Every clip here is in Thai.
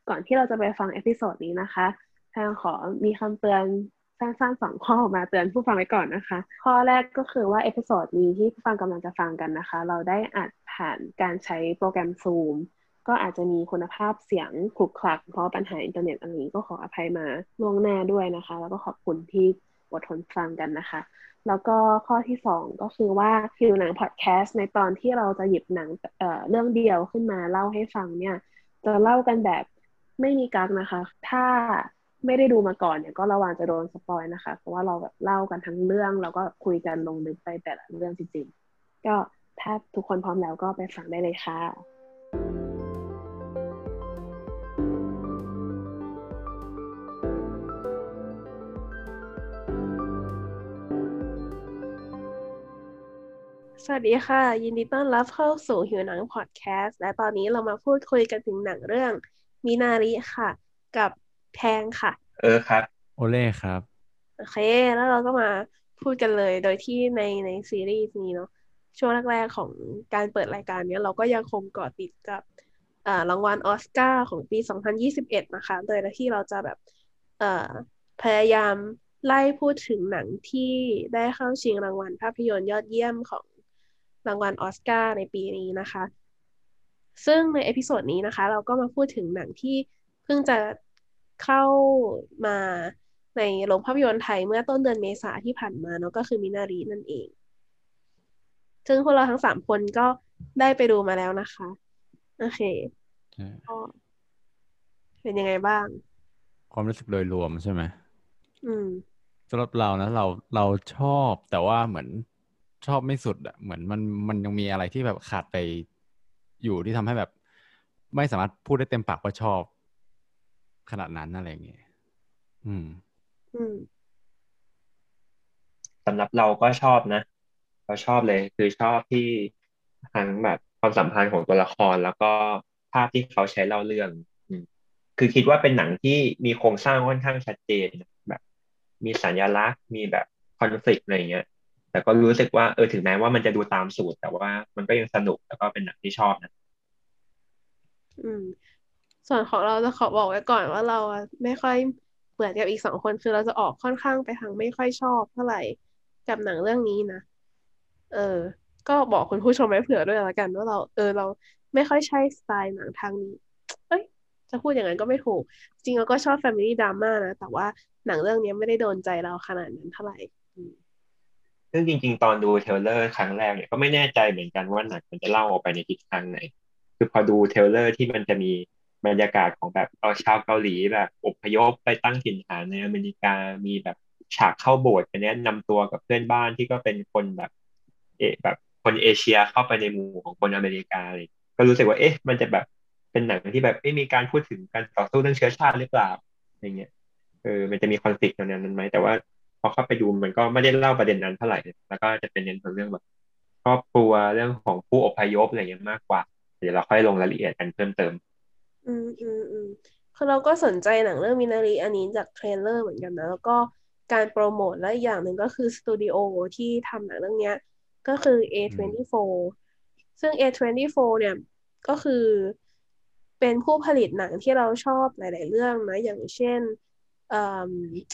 ก่อนที่เราจะไปฟังเอพิโซดนี้นะคะแพงขอมีคำเตือนสั้นๆ2 ข้อมาเตือนผู้ฟังไว้ก่อนนะคะข้อแรกก็คือว่าเอพิโซดนี้ที่ผู้ฟังกำลังจะฟังกันนะคะเราได้อัดผ่านการใช้โปรแกรม Zoom ก็อาจจะมีคุณภาพเสียงขรุขระเพราะปัญหาอินเทอร์เน็ตอะไรนี้ก็ขออภัยมาล่วงหน้าด้วยนะคะแล้วก็ขอบคุณที่อดทนฟังกันนะคะแล้วก็ข้อที่2ก็คือว่าผิวหนังพอดแคสต์ในตอนที่เราจะหยิบหนังเรื่องเดียวขึ้นมาเล่าให้ฟังเนี่ยจะเล่ากันแบบไม่มีกั๊กนะคะถ้าไม่ได้ดูมาก่อนเนี่ยก็ระวังจะโดนสปอยนะคะเพราะว่าเราแบบเล่ากันทั้งเรื่องแล้วก็คุยกันลงลึกไปแต่ละเรื่องจริงๆก็ถ้าทุกคนพร้อมแล้วก็ไปฟังได้เลยค่ะสวัสดีค่ะยินดีต้อนรับเข้าสู่หิวหนังพอดแคสต์และตอนนี้เรามาพูดคุยกันถึงหนังเรื่องมินาริค่ะกับแพงค่ะครับโอเล่ครับโอเคแล้วเราก็มาพูดกันเลยโดยที่ในซีรีส์นี้เนาะช่วงแรกๆของการเปิดรายการเนี้ยเราก็ยังคงเกาะติดกับรางวัลออสการ์ของปี2021นะคะโดยที่เราจะแบบเอ่อพยายามไล่พูดถึงหนังที่ได้เข้าชิงรางวัลภาพยนตร์ยอดเยี่ยมของรางวัลออสการ์ในปีนี้นะคะซึ่งในเอพิโซดนี้นะคะเราก็มาพูดถึงหนังที่เพิ่งจะเข้ามาในโรงภาพยนตร์ไทยเมื่อต้นเดือนเมษาที่ผ่านมาเนาะก็คือมินารีนั่นเองซึ่งพวกเราทั้ง3 คนก็ได้ไปดูมาแล้วนะคะโอเคใช่ก็เป็นยังไงบ้างความรู้สึกโดยรวมใช่ไหมอืมสำหรับเรานะเราชอบแต่ว่าเหมือนชอบไม่สุดอ่ะเหมือนมันยังมีอะไรที่แบบขาดไปอยู่ที่ทำให้แบบไม่สามารถพูดได้เต็มปากว่าชอบขนาดนั้นอะไรอย่างเงี้ยอืมอืมสำหรับเราก็ชอบนะเราชอบเลยคือชอบที่ทั้งแบบความสัมพันธ์ของตัวละครแล้วก็ภาพที่เขาใช้เล่าเรื่องอืมคือคิดว่าเป็นหนังที่มีโครงสร้างค่อนข้างชัดเจนแบบมีสัญลักษณ์มีแบบคอนฟ lict อะไรเงี้ยแต่ก็รู้สึกว่าถึงแม้ว่ามันจะดูตามสูตรแต่ว่ามันก็ยังสนุกแล้วก็เป็นหนังที่ชอบนะอืมส่วนของเราจะขอบอกไว้ก่อนว่าเราอะไม่ค่อยเหมือนกับอีก2 คนคือเราจะออกค่อนข้างไปทางไม่ค่อยชอบเท่าไหร่กับหนังเรื่องนี้นะ เออก็บอกคุณผู้ชมไว้เผื่อด้วยละกันว่าเราไม่ค่อยใช่สไตล์หนังทางนี้เอ้ยจะพูดอย่างนั้นก็ไม่ถูกจริงเราก็ชอบ Family Drama นะแต่ว่าหนังเรื่องนี้ไม่ได้โดนใจเราขนาดนั้นเท่าไหร่อืมซึ่งจริงๆตอนดูเทรลเลอร์ครั้งแรกเนี่ยก็ไม่แน่ใจเหมือนกันว่าหนังมันจะเล่าออกไปในทิศทางไหน คือพอดูเทรลเลอร์ที่มันจะมีบรรยากาศของแบบชาวเกาหลีแบบอพยพไปตั้งถิ่นฐานในอเมริกามีแบบฉากเข้าโบสถ์ไปแนะนำตัวกับเพื่อนบ้านที่ก็เป็นคนแบบแบบคนเอเชียเข้าไปในหมู่ของคนอเมริกาเลยก็รู้สึกว่ามันจะแบบเป็นหนังที่แบบมีการพูดถึงการต่อสู้เรื่องเชื้อชาติหรือเปล่าอะไรเงี้ยมันจะมีคอนฟ lict ตรงนั้นไหมแต่ว่าพอเข้าไปดูมันก็ไม่ได้เล่าประเด็นนั้นเท่าไหร่แล้วก็จะเป็นเน้นเรื่องแบบครอบครัวเรื่องของผู้อพยพอะไรเงี้ยมากกว่า เดี๋ยวเราค่อยลงรายละเอียดกันเพิ่มเติมอืมคือเราก็สนใจหนังเรื่องมินารีอันนี้จากเทรลเลอร์เหมือนกันนะแล้วก็การโปรโมทและอีกอย่างหนึ่งก็คือสตูดิโอที่ทำหนังเรื่องเนี้ยก็คืออืม A24 ซึ่ง A24เนี่ยก็คือเป็นผู้ผลิตหนังที่เราชอบหลายๆเรื่องนะอย่างเช่นเอ่อ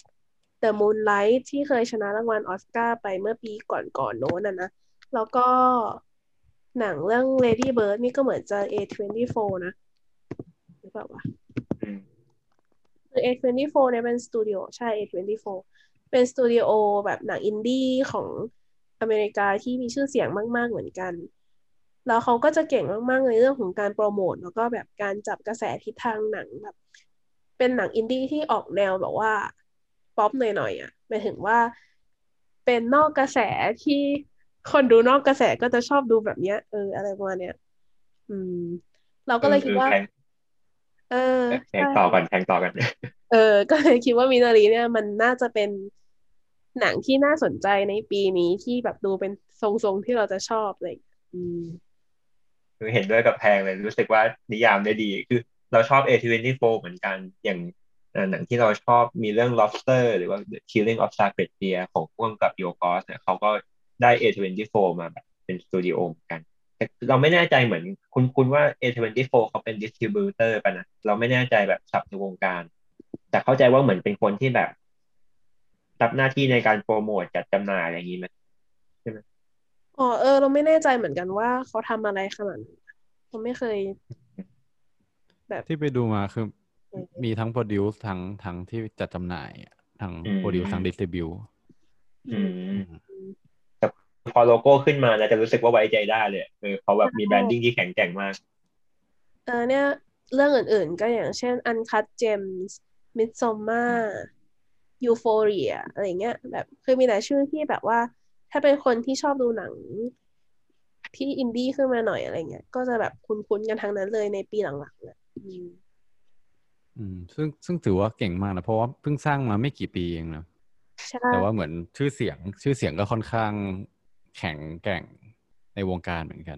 The Moonlight ที่เคยชนะรางวัลออสการ์ไปเมื่อปีก่อนโน้นนะแล้วก็หนังเรื่อง Lady Bird นี่ก็เหมือนจะ A24นะหรือเปล่าวะอืมคือ A24เนี่ยเป็นสตูดิโอใช่ A24เป็นสตูดิโอแบบหนังอินดี้ของอเมริกาที่มีชื่อเสียงมากๆเหมือนกันแล้วเขาก็จะเก่งมากๆในเรื่องของการโปรโมทแล้วก็แบบการจับกระแสทิศทางหนังแบบเป็นหนังอินดี้ที่ออกแนวแบบว่าป๊อปหน่อยๆอ่ะหมายถึงว่าเป็นนอกกระแสที่คนดูนอกกระแสก็จะชอบดูแบบเนี้ยอะไรประมาณเนี้ยอืมเราก็เลยคิดว่าเออแทใช่งต่อกันแทงต่อกันเออก็เลยคิดว่ามินารีเนี่ยมันน่าจะเป็นหนังที่น่าสนใจในปีนี้ที่แบบดูเป็นทรงๆที่เราจะชอบเลยอืมคือเห็นด้วยกับแพงเลยรู้สึกว่านิยามได้ดีคือเราชอบ A24เหมือนกันอย่างหนังที่เราชอบมีเรื่อง lobster หรือว่า The Killing of Sacred Deer ของพ่วงกับโยกอสเนี่ยเขาก็ได้ A24มาแบบเป็นสตูดิโอเหมือนกันแต่เราไม่แน่ใจเหมือนคุณว่า A24 เขาเป็นดิสทริบิวเตอร์ป่ะนะเราไม่แน่ใจแบบศัพท์ในวงการแต่เข้าใจว่าเหมือนเป็นคนที่แบบรับหน้าที่ในการโปรโมทจัดจำหน่ายอะไรอย่างนี้ไหมใช่ไหมอ๋อเราไม่แน่ใจเหมือนกันว่าเขาทำอะไรขนาดนั้นผมไม่เคยแบบที่ไปดูมาคือเออมีทั้งโปรดิวซ์ทั้งที่จัดจำหน่ายทั้งอืโปรดิวซ์ทั้งดิสมติบิวอืมอืมแต่พอโลโก้ขึ้นมานะจะรู้สึกว่าไว้ใจได้เลยเขาแบบมีแบรนดิ้งใช่ที่แข็งแกร่งมากเนี่ยเรื่องอื่นๆก็อย่างเช่น Uncut Gems Midsommar Euphoria อะไรเงี้ยแบบคือมีแต่ชื่อที่แบบว่าถ้าเป็นคนที่ชอบดูหนังที่อินดี้ขึ้นมาหน่อยอะไรเงี้ยก็จะแบบคุ้นๆกันทั้งนั้นเลยในปีหลังๆเนี่ยซึ่งถือว่าเก่งมากนะเพราะว่าเพิ่งสร้างมาไม่กี่ปีเองนะใช่แต่ว่าเหมือนชื่อเสียงก็ค่อนข้างแข็งแกร่งในวงการเหมือนกัน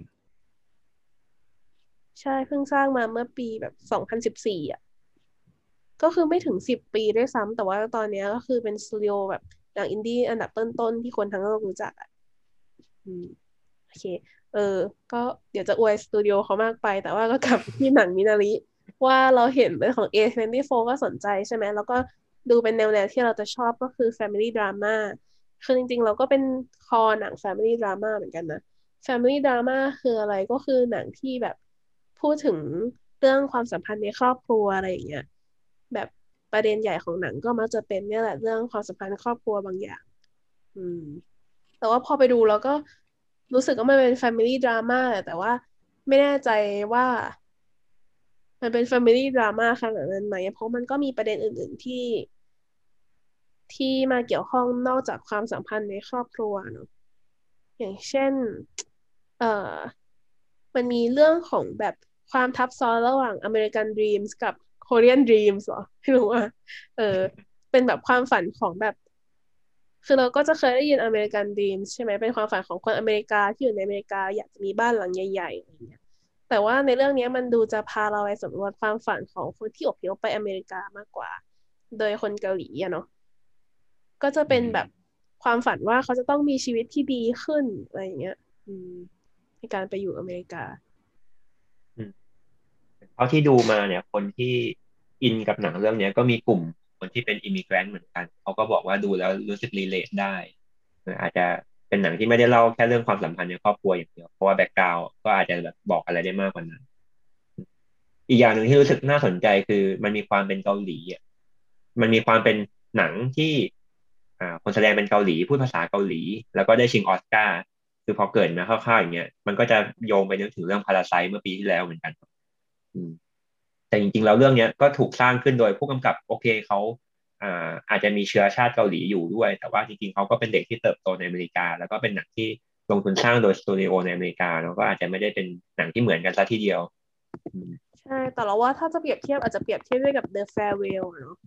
ใช่เพิ่งสร้างมาเมื่อปีแบบ2014อ่ะก็คือไม่ถึง10 ปีด้วยซ้ำแต่ว่าตอนเนี้ยก็คือเป็นสตูดิโอแบบหนังอินดี้อันดับต้นๆที่คนทั้งโลกรู้จักอ่ะอืม โอเคเออก็เดี๋ยวจะอวยสตูดิโอเขามากไป แต่ว่าก็กลับที่หนังมินาริว่าเราเห็นเป็นของ A24 ก็สนใจใช่ไหม แล้วก็ดูเป็นแนวที่เราจะชอบก็คือ Family Drama คือจริงๆเราก็เป็นคอหนัง Family Drama เหมือนกันนะ Family Drama คืออะไรก็คือหนังที่แบบพูดถึงเรื่องความสัมพันธ์ในครอบครัวอะไรอย่างเงี้ยแบบประเด็นใหญ่ของหนังก็มักจะเป็นเนี่ยแหละเรื่องความสัมพันธ์ในครอบครัวบางอย่างอืม แต่ว่าพอไปดูแล้วก็รู้สึกว่ามันเป็น Family Drama แต่ว่าไม่แน่ใจว่ามันเป็น Family Drama ขนาดนั้นไหมเพราะมันก็มีประเด็นอื่นๆที่มาเกี่ยวข้องนอกจากความสัมพันธ์ในครอบครัวเนอะอย่างเช่นเอ่อมันมีเรื่องของแบบความทับซ้อนระหว่าง American Dreams กับ Korean Dreams เหรอไม่รู้ว่าเออเป็นแบบความฝันของแบบ คือเราก็จะเคยได้ยินอเมริกันด e มใช่ไหมเป็นความฝันของคนอเมริกาที่อยู่ในอเมริกาอยากจะมีบ้านหลังใหญ่ๆอะไรเงี้ยแต่ว่าในเรื่องนี้มันดูจะพาเราไปสำรวจความฝันของคนที่อพยพไปอเมริกามากกว่าโดยคนเกาหลีอะเนาะก็จะอืเป็นแบบมความฝันว่าเขาจะต้องมีชีวิตที่ดีขึ้นอะไรอย่างเงี้ยอืมในการไปอยู่อเมริกาอืมเท่าที่ดูมาเนี่ยคนที่อินกับหนังเรื่องเนี้ยก็มีกลุ่มคนที่เป็นอิมิเกรนต์เหมือนกันเขาก็บอกว่าดูแล้วรู้สึกรีเลทได้อาจจะเป็นหนังที่ไม่ได้เล่าแค่เรื่องความสัมพันธ์ในครอบครัวอย่างเดียวเพราะว่าแบ็กกราวด์ก็อาจจะแบบบอกอะไรได้มากกว่านั้น อีกอย่างหนึ่งที่รู้สึกน่าสนใจคือมันมีความเป็นเกาหลีอ่ะมันมีความเป็นหนังที่คนแสดงเป็นเกาหลีพูดภาษาเกาหลีแล้วก็ได้ชิงออสการ์คือพอเกิดมาคร่าวๆอย่างเงี้ยมันก็จะโยงไปนึกถึงเรื่องพาราไซต์เมื่อปีที่แล้วเหมือนกันอืมแต่จริงๆแล้วเรื่องเนี้ยก็ถูกสร้างขึ้นโดยผู้กำกับโอเคเขาอาจจะมีเชื้อชาติเกาหลีอยู่ด้วยแต่ว่าจริงๆเขาก็เป็นเด็กที่เติบโตในอเมริกาแล้วก็เป็นหนังที่ลงทุนสร้างโดยสตูดิโอในอเมริกาแล้วก็อาจจะไม่ได้เป็นหนังที่เหมือนกันซะทีเดียวอืมใช่แต่เราว่าถ้าจะเปรียบเทียบอาจจะเปรียบเทียบด้วยกับ The Farewell อะเนาะ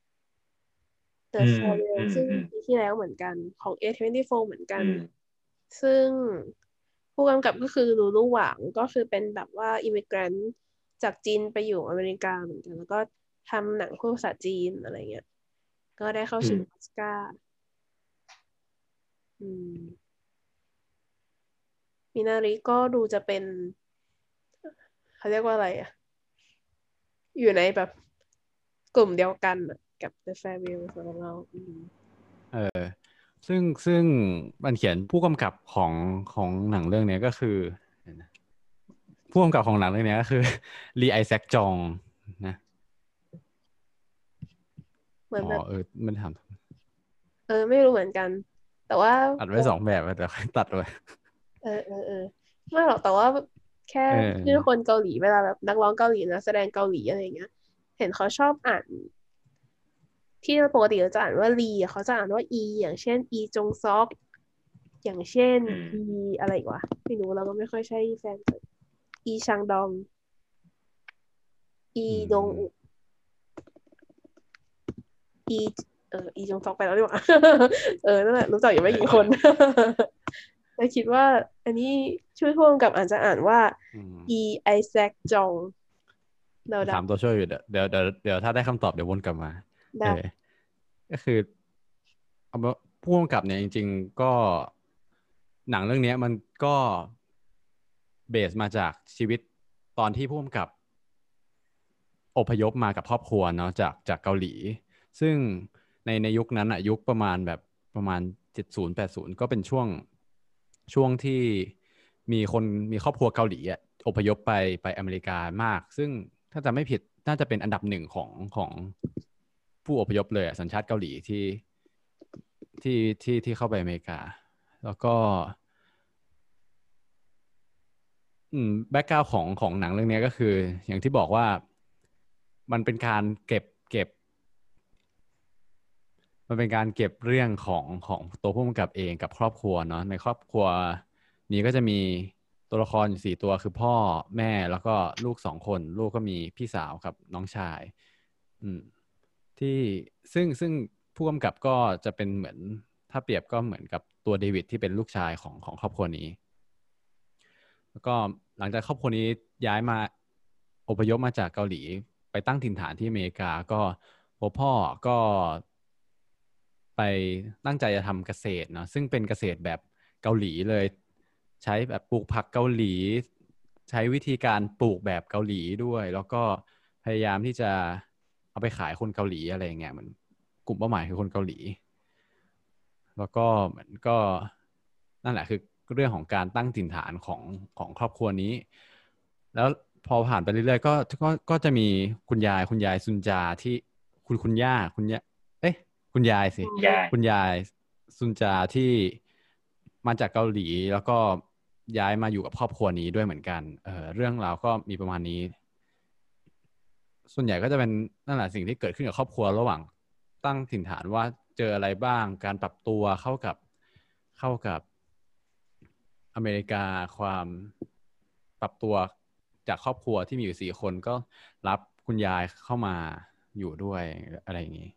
The อืม Farewell ซึ่งอืมอืมปีที่แล้วเหมือนกันของ A24 เหมือนกันอืมซึ่งผู้กำกับก็คือลูลูหวางก็คือเป็นแบบว่าอิมิเกรนต์จากจีนไปอยู่อเมริกาเหมือนกันแล้วก็ทำหนังพูดภาษาจีนอะไรเงี้ยก็ได้เข้าชิงอืมออสการ์อืมมินาริก็ดูจะเป็นเขาเรียกว่าอะไรอะอยู่ในแบบกลุ่มเดียวกันอะกับ The Farewell สำหรับเราเออซึ่งมันเขียนผู้กำกับของหนังเรื่องเนี้ยก็คือเดี๋ยวนะผู้กำกับของหนังเรื่องเนี้ยก็คือลีไอแซคจองนะอ๋อเหมือนแบบมันถามไม่รู้เหมือนกันแต่ว่าอัดไว้2 แบบอะแต่ค่อยตัดไว้เออไม่หรอกแต่ว่าแค่เอชื่อคอนเกาหลีเวลาแบบนักร้องเกาหลีนะแสดงเกาหลีอะไรเงี้ยเห็นเขาชอบอ่านที่ปกติเราจะอ่านว่าลีอะเขาจะอ่านว่าอีอย่างเช่นอีจงซอกอย่างเช่นอืมอีอะไรอีกวะไม่รู้เราก็ไม่ค่อยใช่แฟนเลยอีชังดองอีอืดงอุมอีอีจงซอกไปแล้วดีกว่า นั่นแหละรู้จักอยู่ไม่กี่คนเออแต่คิดว่าอันนี้ช่วยพ่วงกับอาจจะอ่านว่าอืมอีไอแซคจองเราเดาถามตัวช่วยอยู่เดี๋ยวถ้าได้คำตอบเดี๋ยววนกลับมาเอได้อก็คือเอาเป็นว่าผู้กำกับเนี่ยจริงๆก็หนังเรื่องเนี้ยมันก็เบสมาจากชีวิตตอนที่ผู้กำกับอพยพมากับครอบครัวเนาะจากเกาหลีซึ่งในยุคนั้นอะยุคประมาณ70-80ก็เป็นช่วงที่มีครอบครัวเกาหลีอะอพยพไปอเมริกามากซึ่งถ้าจำไม่ผิดน่าจะเป็นอันดับหนึ่งของผู้อพยพเลยอะสัญชาติเกาหลีที่เข้าไปอเมริกาแล้วก็แบ็กกราวด์ของหนังเรื่องนี้ก็คืออย่างที่บอกว่ามันเป็นการเก็บมันเป็นการเก็บเรื่องของตัวผู้กำกับเองกับครอบครัวเนาะในครอบครัวนี้ก็จะมีตัวละครอยู่4 ตัวคือพ่อแม่แล้วก็ลูก2 คนลูกก็มีพี่สาวกับน้องชายอืมที่ซึ่งผู้กำกับก็จะเป็นเหมือนถ้าเปรียบก็เหมือนกับตัวเดวิดที่เป็นลูกชายของครอบครัวนี้ แล้วก็หลังจากครอบครัวนี้ย้ายมาอพยพมาจากเกาหลีไปตั้งถิ่นฐานที่อเมริกาก็พ่อก็ไปตั้งใจจะทำเกษตรเนาะซึ่งเป็นเกษตรแบบเกาหลีเลยใช้แบบปลูกผักเกาหลี ใช้วิธีการปลูกแบบเกาหลีด้วยแล้วก็พยายามที่จะเอาไปขายคนเกาหลีอะไรอย่างเงี้ยเหมือนกลุ่มเป้าหมายคือคนเกาหลีแล้วก็เหมือนก็นั่นแหละคือเรื่องของการตั้งถิ่นฐานของครอบครัวนี้แล้วพอผ่านไปเรื่อยๆก็จะมีคุณยายซุนจาที่คุณย่าเอ๊ะคุณยายสิใช่คุณยายซุนจาที่มาจากเกาหลีแล้วก็ย้ายมาอยู่กับครอบครัวนี้ด้วยเหมือนกันเรื่องราวก็มีประมาณนี้ส่วนใหญ่ก็จะเป็นนั่นแหละสิ่งที่เกิดขึ้นกับครอบครัวระหว่างตั้งถิ่นฐานว่าเจออะไรบ้างการปรับตัวเข้ากับอเมริกาความปรับตัวจากครอบครัวที่มีอยู่4 คนก็รับคุณยายเข้ามาอยู่ด้วยอะไรอย่างนี้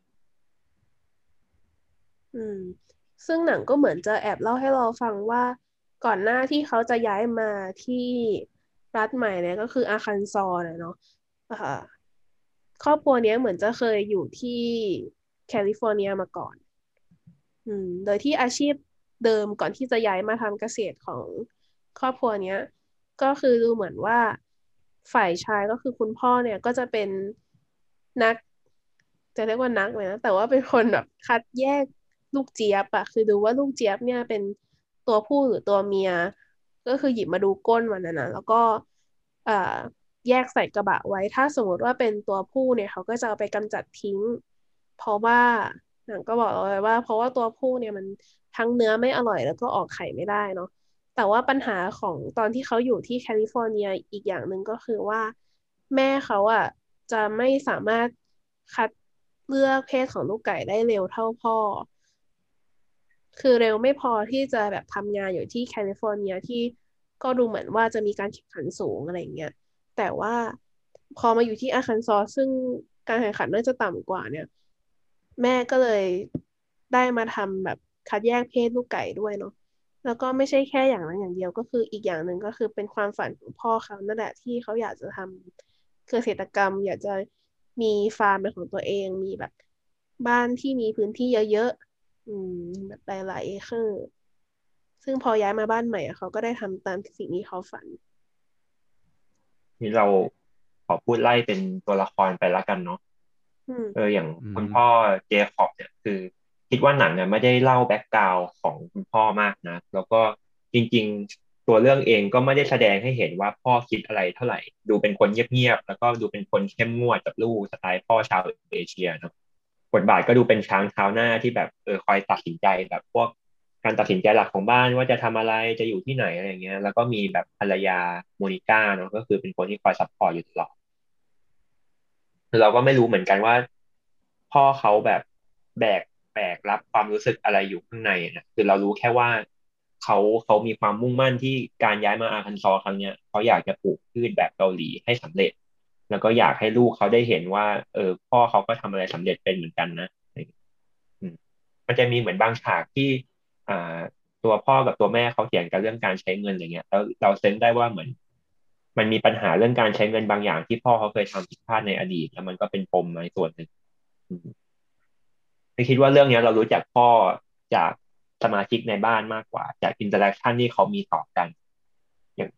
อืมซึ่งหนังก็เหมือนจะแอบเล่าให้เราฟังว่าก่อนหน้าที่เขาจะย้ายมาที่รัฐใหม่เนี่ยก็คืออาคันซอนะเนาะอ่าครอบครัวเนี้ยเหมือนจะเคยอยู่ที่แคลิฟอร์เนียมาก่อนโดยที่อาชีพเดิมก่อนที่จะย้ายมาทำเกษตรของครอบครัวเนี้ยก็คือดูเหมือนว่าฝ่ายชายก็คือคุณพ่อเนี่ยก็จะเป็นนักจะเรียกว่านักเลยนะแต่ว่าเป็นคนแบบคัดแยกลูกเจี๊ยบอะคือดูว่าลูกเจี๊ยบเนี่ยเป็นตัวผู้หรือตัวเมียก็คือหยิบมาดูก้นมันนะแล้วก็เอ่อแยกใส่กระบะไว้ถ้าสมมติว่าเป็นตัวผู้เนี่ยเขาก็จะเอาไปกำจัดทิ้งเพราะว่าหนังก็บอกเราเลยว่าเพราะว่าตัวผู้เนี่ยมันทั้งเนื้อไม่อร่อยแล้วก็ออกไข่ไม่ได้เนาะ แต่ว่าปัญหาของตอนที่เขาอยู่ที่แคลิฟอร์เนียอีกอย่างหนึ่งก็คือว่าแม่เขาอ่ะจะไม่สามารถคัดเลือกเพศของลูกไก่ได้เร็วเท่าพ่อคือเร็วไม่พอที่จะแบบทำงานอยู่ที่แคลิฟอร์เนียที่ก็ดูเหมือนว่าจะมีการแข่งขันสูงอะไรเงี้ยแต่ว่าพอมาอยู่ที่อาคันซอสซึ่งการแข่งขันน่าจะต่ำกว่าเนี่ยแม่ก็เลยได้มาทำแบบคัดแยกเพศลูกไก่ด้วยเนาะ แล้วก็ไม่ใช่แค่อย่างนั้นอย่างเดียวก็คืออีกอย่างหนึ่งก็คือเป็นความฝันของพ่อเขานั่นแหละที่เขาอยากจะทำเกษตรกรรมอยากจะมีฟาร์มเป็นของตัวเองมีแบบบ้านที่มีพื้นที่เยอะๆแบบหลายๆเอเคอร์ซึ่งพอย้ายมาบ้านใหม่อะเขาก็ได้ทำตามสิ่งที่เขาฝันนี่เราขอพูดไล่เป็นตัวละครไปแล้วกันเนาะอืมอย่างอืมคุณพ่อเจคอบเนี่ยคือคิดว่าหนังเนี่ยไม่ได้เล่าแบ็กกราวด์ของคุณพ่อมากนะแล้วก็จริงๆตัวเรื่องเองก็ไม่ได้แสดงให้เห็นว่าพ่อคิดอะไรเท่าไหร่ดูเป็นคนเงียบๆแล้วก็ดูเป็นคนเข้มงวดกับลูกสไตล์พ่อชาวเอเชียเนาะบทบาทก็ดูเป็นช้างเท้าหน้าที่แบบคอยตัดสินใจแบบพวกการตัดสินใจหลักของบ้านว่าจะทำอะไรจะอยู่ที่ไหนอะไรเงี้ยแล้วก็มีแบบภรรยาโมนิก้าเนาะก็คือเป็นคนที่คอยซัพพอร์ตอยู่ตลอด คือเราก็ไม่รู้เหมือนกันว่าพ่อเขาแบบแบกแบกรับความรู้สึกอะไรอยู่ข้างในนะคือเรารู้แค่ว่าเขาเขามีความมุ่งมั่นที่การย้ายมาอาร์คันซอสครั้งเนี้ยเขาอยากจะปลูกพืชแบบเกาหลีให้สำเร็จแล้วก็อยากให้ลูกเขาได้เห็นว่าพ่อเขาก็ทำอะไรสำเร็จเป็นเหมือนกันนะอืมมันจะมีเหมือนบางฉากที่อ่าตัวพ่อกับตัวแม่เขาเถียงกันเรื่องการใช้เงินอะไรเงี้ยแล้วเราเซนส์ได้ว่าเหมือนมันมีปัญหาเรื่องการใช้เงินบางอย่างที่พ่อเขาเคยทำผิดพลาดในอดีตแล้วมันก็เป็นปมในส่วนหนึ่งอืมไม่คิดว่าเรื่องเนี้ยเรารู้จักพ่อจากสมาชิกในบ้านมากกว่าจากอินเตอร์แอคชั่นที่เขามีต่อกันอย่าง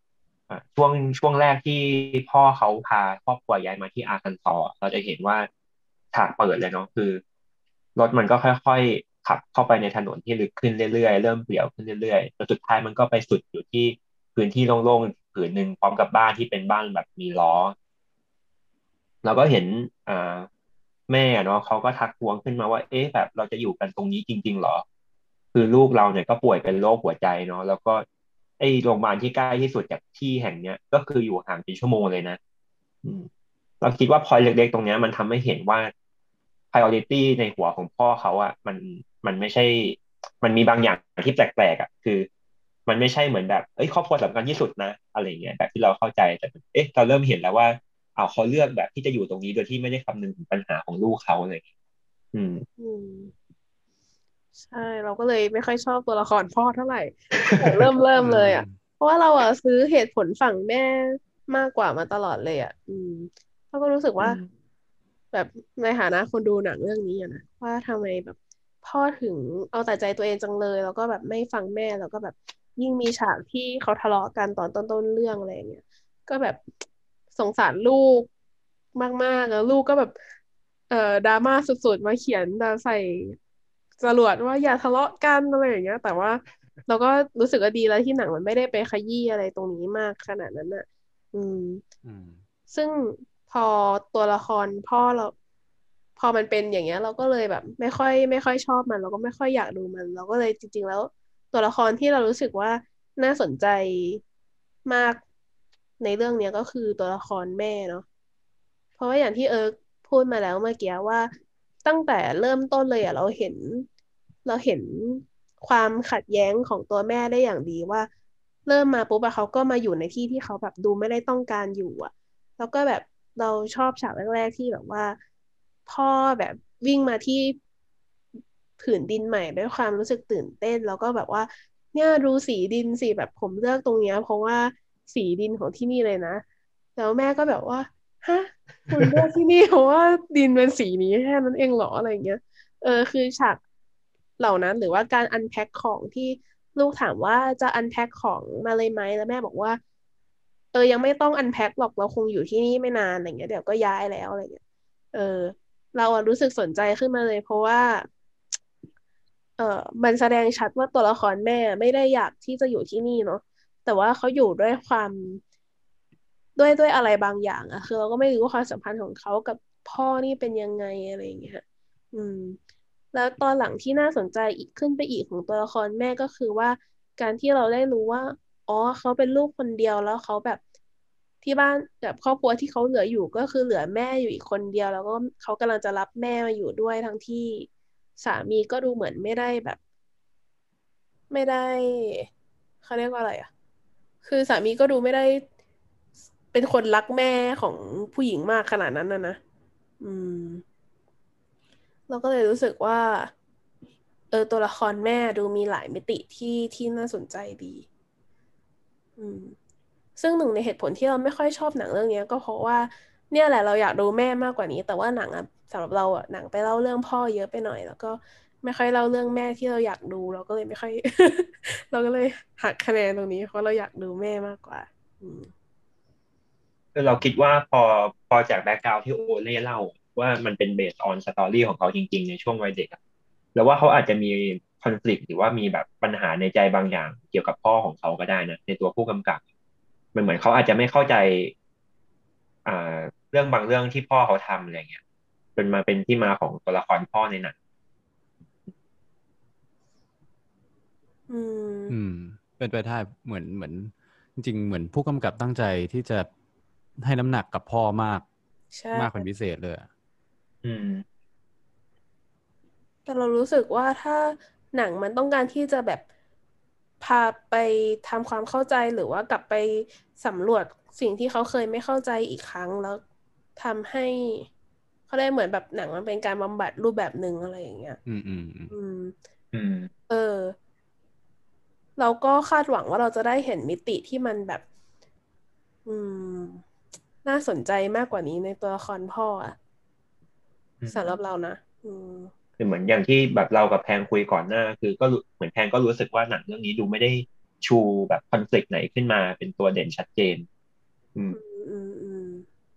ช่วงแรกที่พ่อเขาพาครอบครัวย้ายมาที่อาร์คันซอสเราจะเห็นว่าฉากเปิดเลยเนาะคือรถมันก็ค่อยๆขับเข้าไปในถนนที่ลึกขึ้นเรื่อยๆเริ่มเปลี่ยวขึ้นเรื่อยๆจนสุดท้ายมันก็ไปสุดอยู่ที่พื้นที่โล่งๆผืนหนึ่งพร้อมกับบ้านที่เป็นบ้านแบบมีล้อเราก็เห็นอ่าแม่เนาะเขาก็ทักท้วงขึ้นมาว่าเอ๊ะแบบเราจะอยู่กันตรงนี้จริงๆเหรอคือลูกเราเนี่ยก็ป่วยเป็นโรคหัวใจเนาะแล้วก็ไอ้โรงพยาบาลที่ใกล้ที่สุดจากที่แห่งเนี้ยก็คืออยู่ห่างเป็นชั่วโมงเลยนะอืมเราคิดว่าพอยเล็กๆตรงเนี้ยมันทำให้เห็นว่า priority ในหัวของพ่อเขาอะมันไม่ใช่มันมีบางอย่างที่แปลกๆอะคือมันไม่ใช่เหมือนแบบเอ้ยครอบครัวสำคัญที่สุดนะอะไรเงี้ยแบบที่เราเข้าใจแต่เอ๊ะเราเริ่มเห็นแล้วว่าเอาเขาเลือกแบบที่จะอยู่ตรงนี้โดยที่ไม่ได้คำนึงถึงปัญหาของลูกเขาเลยอืมอืมใช่เราก็เลยไม่ค่อยชอบตัวละครพ่อเท่าไหร่แต่เริ่มอืเลยอ่ะมเพราะว่าเราอ่ะซื้อเหตุผลฝั่งแม่มากกว่ามาตลอดเลยอ่ะเราก็รู้สึกว่าอืมแบบในฐานะคนดูหนังเรื่องนี้อะนะว่าทำไมแบบพ่อถึงเอาแต่ใจตัวเองจังเลยแล้วก็แบบไม่ฟังแม่แล้วก็แบบยิ่งมีฉากที่เขาทะเลาะกันตอนต้นเรื่องอะไรอย่างเงี้ยก็แบบสงสารลูกมากๆแล้วลูกก็แบบดราม่าสุดๆมาเขียนใส่จรวดว่าอย่าทะเลาะกันอะไรอย่างเงี้ยแต่ว่าเราก็รู้สึกว่าดีแล้วที่หนังมันไม่ได้ไปขยี้อะไรตรงนี้มากขนาดนั้นน่ะอืมอืมซึ่งพอตัวละครพ่อเราพอมันเป็นอย่างเงี้ยเราก็เลยแบบไม่ค่อยชอบมันเราก็ไม่ค่อยอยากดูมันเราก็เลยจริงๆแล้วตัวละครที่เรารู้สึกว่าน่าสนใจมากในเรื่องเนี้ยก็คือตัวละครแม่เนาะ เพราะว่าอย่างที่พูดมาแล้วเมื่อกี้ว่าตั้งแต่เริ่มต้นเลยอ่ะเราเห็นความขัดแย้งของตัวแม่ได้อย่างดีว่าเริ่มมาปุ๊บอะเขาก็มาอยู่ในที่ที่เขาแบบดูไม่ได้ต้องการอยู่อ่ะแล้วก็แบบเราชอบฉากแรกๆที่แบบว่าพ่อแบบวิ่งมาที่ผืนดินใหม่ด้วยความรู้สึกตื่นเต้นแล้วก็แบบว่าเนี่ยดูสีดินสิแบบผมเลือกตรงเนี้ยเพราะว่าสีดินของที่นี่เลยนะแล้วแม่ก็แบบว่าฮะ คุณเลือกที่นี่เพราะว่าดินเป็นสีนี้แค่นั้นเองเหรออะไรเงี้ยคือฉากเหล่านั้นหรือว่าการอันแพ็คของที่ลูกถามว่าจะอันแพ็คของมาเลยไหมแล้วแม่บอกว่ายังไม่ต้องอันแพ็คหรอกเราคงอยู่ที่นี่ไม่นานอะไรเงี้ยเดี๋ยวก็ย้ายแล้วอะไรเงี้ยเออเราอะรู้สึกสนใจขึ้นมาเลยเพราะว่าเออมันแสดงชัดว่าตัวละครแม่ไม่ได้อยากที่จะอยู่ที่นี่เนาะแต่ว่าเขาอยู่ด้วยความด้วยอะไรบางอย่างอะคือเราก็ไม่รู้ว่าความสัมพันธ์ของเขากับพ่อนี่เป็นยังไงอะไรอย่างเงี้ยอืมแล้วตอนหลังที่น่าสนใจอีกขึ้นไปอีกของตัวละครแม่ก็คือว่าการที่เราได้รู้ว่าอ๋อเขาเป็นลูกคนเดียวแล้วเขาแบบที่บ้านแบบครอบครัวที่เขาเหลืออยู่ก็คือเหลือแม่อยู่อีกคนเดียวแล้วก็เขากำลังจะรับแม่มาอยู่ด้วยทั้งที่สามีก็ดูเหมือนไม่ได้เขาเรียกว่าอะไรอ่ะ คือสามีก็ดูไม่ได้เป็นคนรักแม่ของผู้หญิงมากขนาดนั้นนะอืมเราก็เลยรู้สึกว่าตัวละครแม่ดูมีหลายมิติที่น่าสนใจดีอืมซึ่งหนึ่งในเหตุผลที่เราไม่ค่อยชอบหนังเรื่องนี้ก็เพราะว่าเนี่ยแหละเราอยากดูแม่มากกว่านี้แต่ว่าหนังอะสำหรับเราอะหนังไปเล่าเรื่องพ่อเยอะไปหน่อยแล้วก็ไม่ค่อยเล่าเรื่องแม่ที่เราอยากดูเราก็เลยไม่ค่อยเราก็เลยหักคะแนนตรงนี้เพราะเราอยากดูแม่มากกว่าอืมคือเราคิดว่าพอจากแบ็กกราวด์ที่โอเล่เล่าว่ามันเป็นเบสออนสตอรี่ของเขาจริงๆในช่วงวัยเด็กอะแล้วว่าเขาอาจจะมีคอนฟ lict หรือว่ามีแบบปัญหาในใจบางอย่างเกี่ยวกับพ่อของเขาก็ได้นะในตัวผู้กำกับมันเหมือนเขาอาจจะไม่เข้าใจอ่าเรื่องบางเรื่องที่พ่อเขาทำอะไรเงี้ยจนมาเป็นที่มาของตัวละครพ่อในหนังอือืมมเป็นไปได้เหมือนจริงๆเหมือนผู้กำกับตั้งใจที่จะให้น้ำหนักกับพ่อมากใช่มากเป็นพิเศษเลยอะอืมแต่เรารู้สึกว่าถ้าหนังมันต้องการที่จะแบบพาไปทำความเข้าใจหรือว่ากลับไปสำรวจสิ่งที่เขาเคยไม่เข้าใจอีกครั้งแล้วทำให้เขาได้เหมือนแบบหนังมันเป็นการบำบัดรูปแบบหนึ่งอะไรอย่างเงี้ยอืมอืมอืมอืมอืมเออเราก็คาดหวังว่าเราจะได้เห็นมิติที่มันแบบอืมน่าสนใจมากกว่านี้ในตัวละครพ่ออะอืสำหรับมเรานะอืมคือเหมือนอย่างที่แบบเรากับแพงคุยก่อนหน้าคือก็รู้เหมือนแพงก็รู้สึกว่าหนังเรื่องนี้ดูไม่ได้ชูแบบคอนฟ lict ไหนขึ้นมาเป็นตัวเด่นชัดเจนอืมอืม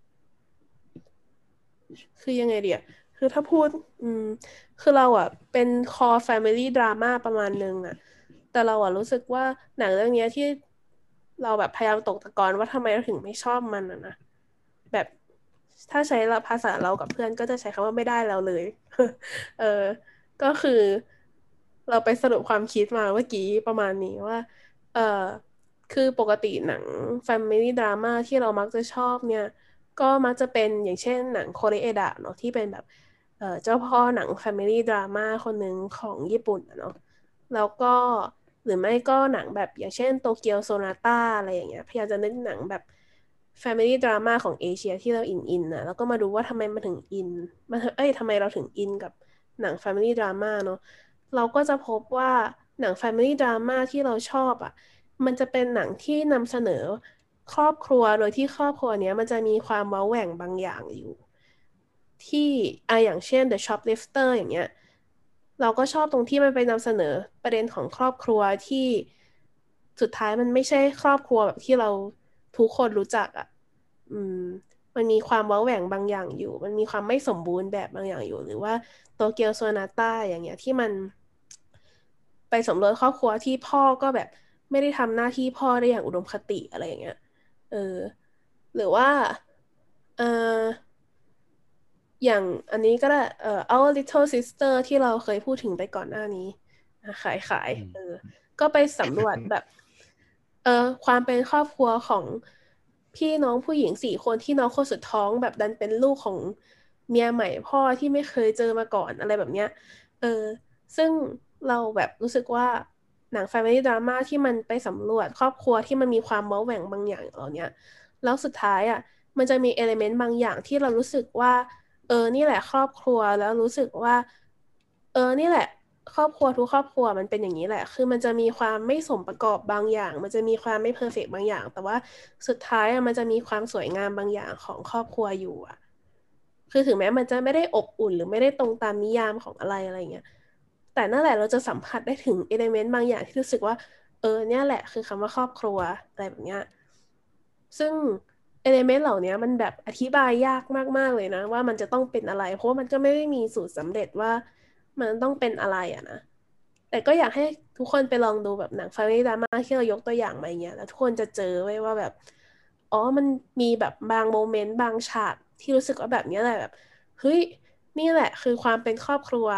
คือยังไงเดียคือถ้าพูดคือเราอ่ะเป็น core family drama ประมาณนึงอ่ะแต่เราอ่ะรู้สึกว่าหนังเรื่องนี้ที่เราแบบพยายามตกตะกอนว่าทำไมเราถึงไม่ชอบมันนะแบบถ้าใช้ภาษาเรากับเพื่อนก็จะใช้คำว่าไม่ได้แล้วเลย ก็คือเราไปสรุปความคิดมาเมื่อกี้ประมาณนี้ว่าเออคือปกติหนัง Family Drama ที่เรามักจะชอบเนี่ยก็มักจะเป็นอย่างเช่นหนังโคเรเอดะเนาะที่เป็นแบบเจ้าพ่อหนัง Family Drama คนหนึ่งของญี่ปุ่นเนาะแล้วก็หรือไม่ก็หนังแบบอย่างเช่นโตเกียวโซนาต้าอะไรอย่างเงี้ยพยายามจะนึกหนังแบบ Family Drama ของเอเชียที่เราอินนะแล้วก็มาดูว่าทำไมมันถึงอินทำไมเราถึงอินกับหนัง Family Drama เนาะ เราก็จะพบว่าหนัง Family Drama ที่เราชอบอ่ะมันจะเป็นหนังที่นำเสนอครอบครัวโดยที่ครอบครัวเนี้ยมันจะมีความเว้าแหว่งบางอย่างอยู่ที่อย่างเช่น The Shoplifter อย่างเงี้ยเราก็ชอบตรงที่มันไปนำเสนอประเด็นของครอบครัวที่สุดท้ายมันไม่ใช่ครอบครัวแบบที่เราทุกคนรู้จักอ่ะมันมีความเว้าแหว่งบางอย่างอยู่ มันมีความไม่สมบูรณ์แบบบางอย่างอยู่ หรือว่าโตเกียวโซนาต้าอย่างเงี้ยที่มันไปสำรวจครอบครัวที่พ่อก็แบบไม่ได้ทำหน้าที่พ่อได้อย่างอุดมคติอะไรอย่างเงี้ยหรือว่าเอออย่างอันนี้ก็ได้Our Little Sister ที่เราเคยพูดถึงไปก่อนหน้านี้ขายก็ไปสำรวจแบบความเป็นครอบครัวของพี่น้องผู้หญิง4 คนที่น้องคนสุดท้องแบบดันเป็นลูกของเมียใหม่พ่อที่ไม่เคยเจอมาก่อนอะไรแบบเนี้ยซึ่งเราแบบรู้สึกว่าหนัง Family Drama ที่มันไปสำรวจครอบครัวที่มันมีความเว้าแหว่งบางอย่างเหล่านี้แล้วสุดท้ายอ่ะมันจะมีเอลิเมนต์บางอย่างที่เรารู้สึกว่านี่แหละครอบครัวแล้วรู้สึกว่านี่แหละครอบครัวทุกครอบครัวมันเป็นอย่างนี้แหละคือมันจะมีความไม่สมประกอบบางอย่างมันจะมีความไม่เพอร์เฟกต์บางอย่างแต่ว่าสุดท้ายมันจะมีความสวยงามบางอย่างของครอบครัวอยู่อ่ะคือถึงแม้มันจะไม่ได้อบอุ่นหรือไม่ได้ตรงตามนิยามของอะไรเงี้ยแต่นั่นแหละเราจะสัมผัสได้ถึงเอลิเมนต์บางอย่างที่รู้สึกว่าเนี่ยแหละคือคำว่าครอบครัวอะไรแบบเนี้ยซึ่งเอลิเมนต์เหล่านี้มันแบบอธิบายยากมากๆเลยนะว่ามันจะต้องเป็นอะไรเพราะว่ามันก็ไม่ได้มีสูตรสำเร็จว่ามันต้องเป็นอะไรอะนะแต่ก็อยากให้ทุกคนไปลองดูแบบหนัง Family Drama ที่เรายกตัวอย่างมาอย่างเงี้ยแล้วทุกคนจะเจอไว้ว่าแบบมันมีแบบบางโมเมนต์บางฉากที่รู้สึกว่าแบบนี้แหละแบบเฮ้ยนี่แหละคือความเป็นครอบครัว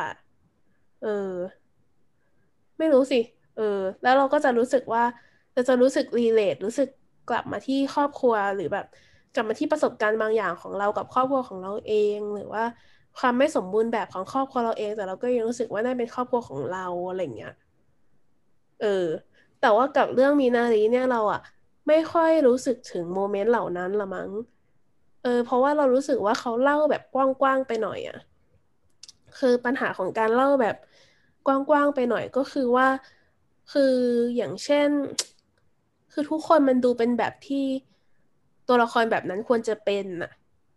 ไม่รู้สิแล้วเราก็จะรู้สึกว่าจะรู้สึกรีเลทรู้สึกกลับมาที่ครอบครัวหรือแบบกลับมาที่ประสบการณ์บางอย่างของเรากับครอบครัวของเราเองหรือว่าความไม่สมบูรณ์แบบของครอบครัวเราเองแต่เราก็ยังรู้สึกว่านั่นเป็นครอบครัวของเราอะไรเงี้ยแต่ว่ากับเรื่องมินารีเนี่ยเราอะไม่ค่อยรู้สึกถึงโมเมนต์เหล่านั้นละมั้งเพราะว่าเรารู้สึกว่าเขาเล่าแบบกว้างๆไปหน่อยอะคือปัญหาของการเล่าแบบกว้างๆไปหน่อยก็คือว่าคืออย่างเช่นคือทุกคนมันดูเป็นแบบที่ตัวละครแบบนั้นควรจะเป็นน่ะ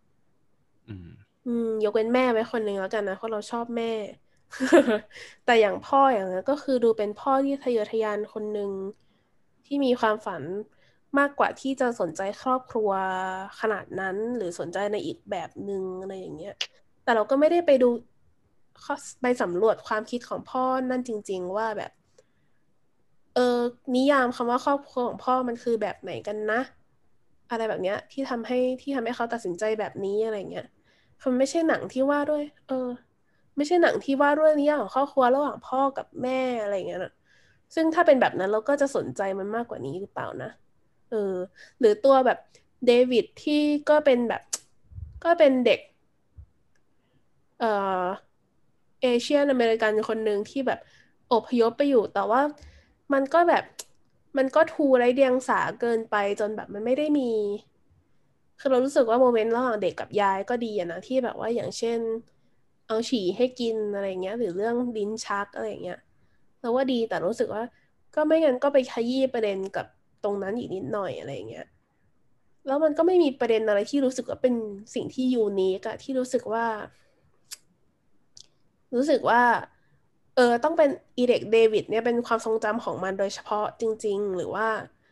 ยกเว้นแม่ไว้คนหนึ่งแล้วกันนะเพราะเราชอบแม่ แต่อย่างพ่ออย่างนั้นก็คือดูเป็นพ่อที่ทะเยอทะยานคนหนึ่งที่มีความฝันมากกว่าที่จะสนใจครอบครัวขนาดนั้นหรือสนใจในอีกแบบหนึ่งอะไรอย่างเงี้ยแต่เราก็ไม่ได้ไปดูไปสำรวจความคิดของพ่อนั่นจริงๆว่าแบบนิยามคำว่าครอบครัวของพ่อมันคือแบบไหนกันนะอะไรแบบเนี้ยที่ทำให้เขาตัดสินใจแบบนี้อะไรเงี้ยมันไม่ใช่หนังที่ว่าด้วยไม่ใช่หนังที่ว่าด้วยนิยามของครอบครัวระหว่างพ่อกับแม่อะไรเงี้ยนะซึ่งถ้าเป็นแบบนั้นเราก็จะสนใจมันมากกว่านี้หรือเปล่านะหรือตัวแบบเดวิดที่ก็เป็นแบบก็เป็นเด็กเอเชียนอเมริกันคนหนึ่งที่แบบอพยพไปอยู่แต่ว่ามันก็แบบมันก็ทูไร้เดียงสาเกินไปจนแบบมันไม่ได้มีคือเรารู้สึกว่าโมเมนต์ระหว่างเด็กกับยายก็ดีอะนะที่แบบว่าอย่างเช่นเอาฉี่ให้กินอะไรเงี้ยหรือเรื่องลิ้นชักอะไรเงี้ยเราว่าดีแต่รู้สึกว่าก็ไม่งั้นก็ไปขยี้ประเด็นกับตรงนั้นอีกนิดหน่อยอะไรเงี้ยแล้วมันก็ไม่มีประเด็นอะไรที่รู้สึกว่าเป็นสิ่งที่ยูนิคอะที่รู้สึกว่าต้องเป็นอีเด็กเดวิดเนี่ยเป็นความทรงจำของมันโดยเฉพาะจริงๆหรือว่า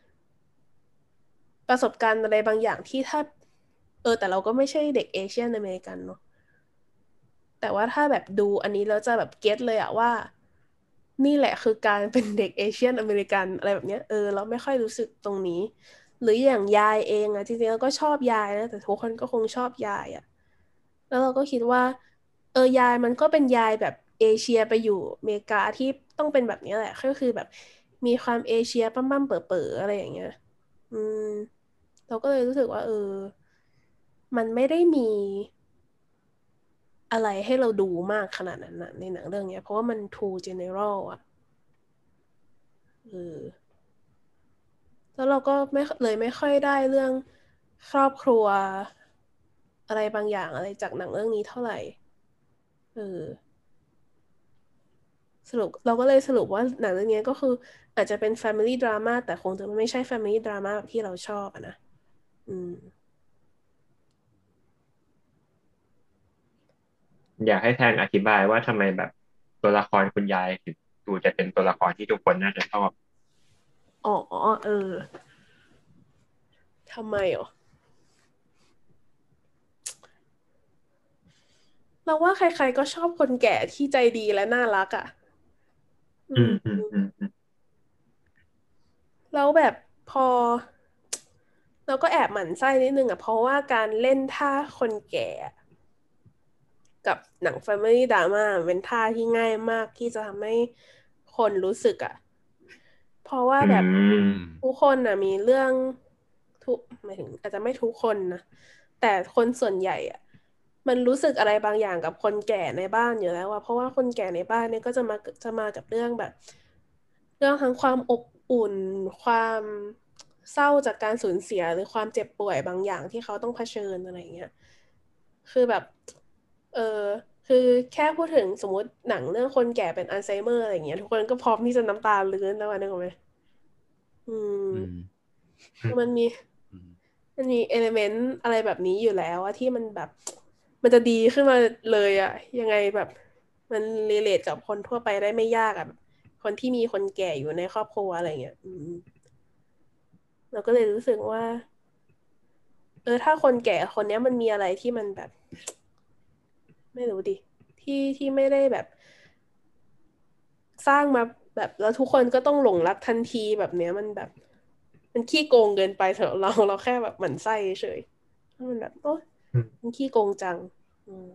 ประสบการณ์อะไรบางอย่างที่ถ้าแต่เราก็ไม่ใช่เด็กเอเชียนอเมริกันเนาะแต่ว่าถ้าแบบดูอันนี้แล้วจะแบบเก็ตเลยอะว่านี่แหละคือการเป็นเด็กเอเชียนอเมริกันอะไรแบบเนี้ยเราไม่ค่อยรู้สึกตรงนี้หรืออย่างยายเองอะจริงๆเราก็ชอบยายนะแต่ทุกคนก็คงชอบยายอะแล้วเราก็คิดว่ายายมันก็เป็นยายแบบเอเชียไปอยู่อเมริกาที่ต้องเป็นแบบนี้แหละก็คือแบบมีความเอเชียปั้มๆเป๋อๆอะไรอย่างเงี้ยอืมเราก็เลยรู้สึกว่ามันไม่ได้มีอะไรให้เราดูมากขนาดนั้นนะในหนังเรื่องนี้เพราะว่ามัน too general อ่ะเออแล้วเราก็ไม่ค่อยได้เรื่องครอบครัวอะไรบางอย่างอะไรจากหนังเรื่องนี้เท่าไหร่เออเราก็เลยสรุปว่าหนังเรื่องนี้ก็คืออาจจะเป็น family drama แต่คงจะไม่ใช่ family drama แบบที่เราชอบอะนะอืมอยากให้แทนอธิบายว่าทำไมแบบตัวละครคุณยายถึงดูจะเป็นตัวละครที่ทุกคนน่าจะชอบอ๋อทำไมอ๋อเราว่าใครๆก็ชอบคนแก่ที่ใจดีและน่ารักอ่ะอือืมมอืมอืมอืมแล้วแบบพอเราก็แอบหมั่นไส้นิดนึงอ่ะเพราะว่าการเล่นท่าคนแก่กับหนัง Family Drama เป็นท่าที่ง่ายมากที่จะทำให้คนรู้สึกอ่ะเพราะว่าอืแบบมทุกคนน่ะมีเรื่องหมายถึงอาจจะไม่ทุกคนนะแต่คนส่วนใหญ่อ่ะมันรู้สึกอะไรบางอย่างกับคนแก่ในบ้านอยู่แล้วอะเพราะว่าคนแก่ในบ้านเนี่ยก็จะมากับเรื่องแบบ เรื่องทั้งความอบอุ่นความเศร้าจากการสูญเสียหรือความเจ็บป่วยบางอย่างที่เขาต้องเผชิญอะไรเงี้ยคือแบบเออคือแค่พูดถึงสมมติหนังเรื่องคนแก่เป็นอัลไซเมอร์อะไรเงี้ยทุกคนก็พร้อมที่จะน้ำตาลื้นแล้วนึกออกไหมอือืมมคือมันมีอืมมันมีเอลิเมนต์อะไรแบบนี้อยู่แล้วอะที่มันแบบมันจะดีขึ้นมาเลยอะยังไงแบบมันรีเลทกับคนทั่วไปได้ไม่ยากอะแบบคนที่มีคนแก่อยู่ในครอบครัวอะไรเงี้ยเราก็เลยรู้สึกว่าถ้าคนแก่คนเนี้ยมันมีอะไรที่มันแบบไม่รู้ดิที่ไม่ได้แบบสร้างมาแบบแล้วทุกคนก็ต้องหลงรักทันทีแบบเนี้ยมันแบบมันขี้โกงเกินไปสำหรับเราแค่แบบหมั่นไส้เฉยมันแบบโอ๊ยอืมมันขี้โกงจังอืม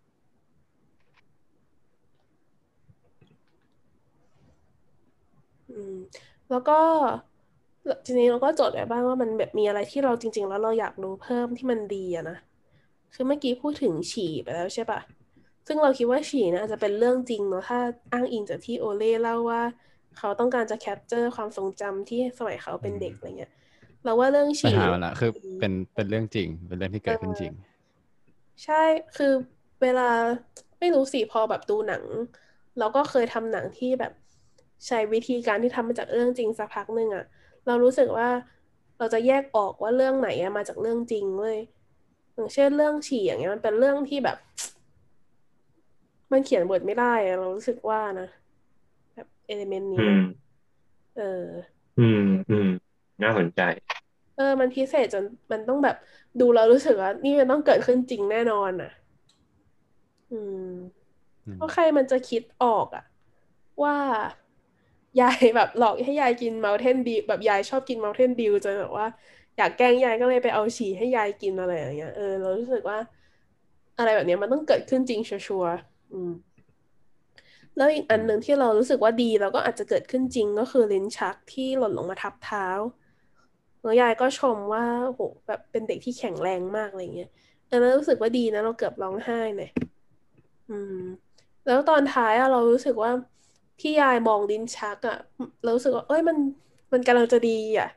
อืมแล้วก็ทีนี้เราก็จดไว้บ้างว่ามันแบบมีอะไรที่เราจริงๆแล้วเราอยากรู้เพิ่มที่มันดีอะนะคือเมื่อกี้พูดถึงฉี่ไปแล้วใช่ปะ ซึ่งเราคิดว่าฉี่นะอาจจะเป็นเรื่องจริงเนาะถ้าอ้างอิงจากที่โอเล่เล่าว่าเขาต้องการจะแคปเจอร์ความทรงจำที่สมัยเขาอืเป็นเด็กอะไรมเงี้ยเราว่าเรื่องปัญฉี่หามันอะคือเป็นเรื่องจริงเป็นเรื่องที่เอเกิดขึ้นจริงอใช่คือเวลาไม่รู้สิพอแบบดูหนังเราก็เคยทำหนังที่แบบใช้วิธีการที่ทำมาจากเรื่องจริงสักพักหนึ่งอะเรารู้สึกว่าเราจะแยกออกว่าเรื่องไหนอะมาจากเรื่องจริงเว้ยอย่างเช่นเรื่องฉี่อย่างเงี้ยมันเป็นเรื่องที่แบบมันเขียนบทไม่ได้อะเรารู้สึกว่านะ แบบเอลิเมนต์นี้อืมเอออืมอืมน่าสนใจมันพิเศษจนมันต้องแบบดูแล้วรู้สึกว่านี่มันต้องเกิดขึ้นจริงแน่นอนอ่ะอืมอืมเพราะใครมันจะคิดออกอ่ะว่ายายแบบหลอกให้ยายกิน Mountain Dew แบบยายชอบกิน Mountain Dew จนแบบว่าอยากแกล้งยายก็เลยไปเอาฉี่ให้ยายกินอะไรอย่างเงี้ยเรารู้สึกว่าอะไรแบบเนี้ยมันต้องเกิดขึ้นจริงชัวร์ๆแล้วอีกอัอืมนหนึ่งที่เรารู้สึกว่าดีแล้วก็อาจจะเกิดขึ้นจริงก็คือลิ้นชักที่หล่นลงมาทับเท้า แล้วยายก็ชมว่าโหแบบเป็นเด็กที่แข็งแรงมากอะไรเงี้ยแล้วรู้สึกว่าดีนะเราเกือบร้องไห้เลยอืมแล้วตอนท้ายอะเรารู้สึกว่าที่ยายมองลิ้นชักอะเรารู้สึกว่าเอ้ยมันกำลังจะดีอะ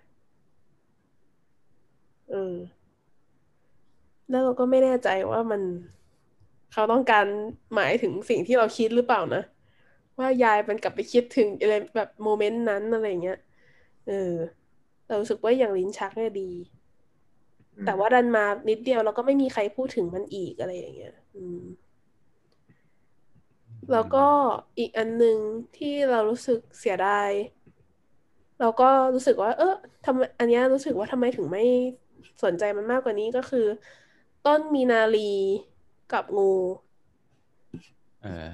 เออแล้วเราก็ไม่แน่ใจว่าเขาต้องการหมายถึงสิ่งที่เราคิดหรือเปล่านะว่ายายมันกลับไปคิดถึงอะไรแบบโมเมนต์นั้นอะไรเงี้ยเออเรารู้สึกว่าอย่างลิ้นชักเนี่ยดีอืมแต่ว่าดันมานิดเดียวแล้วก็ไม่มีใครพูดถึงมันอีกอะไรอย่างเงี้ยแล้วก็อีกอันหนึ่งที่เรารู้สึกเสียดายเราก็รู้สึกว่าทำไมอันเนี้ยรู้สึกว่าทำไมถึงไม่สนใจมันมากกว่านี้ก็คือต้นมีนารีกับงูเออ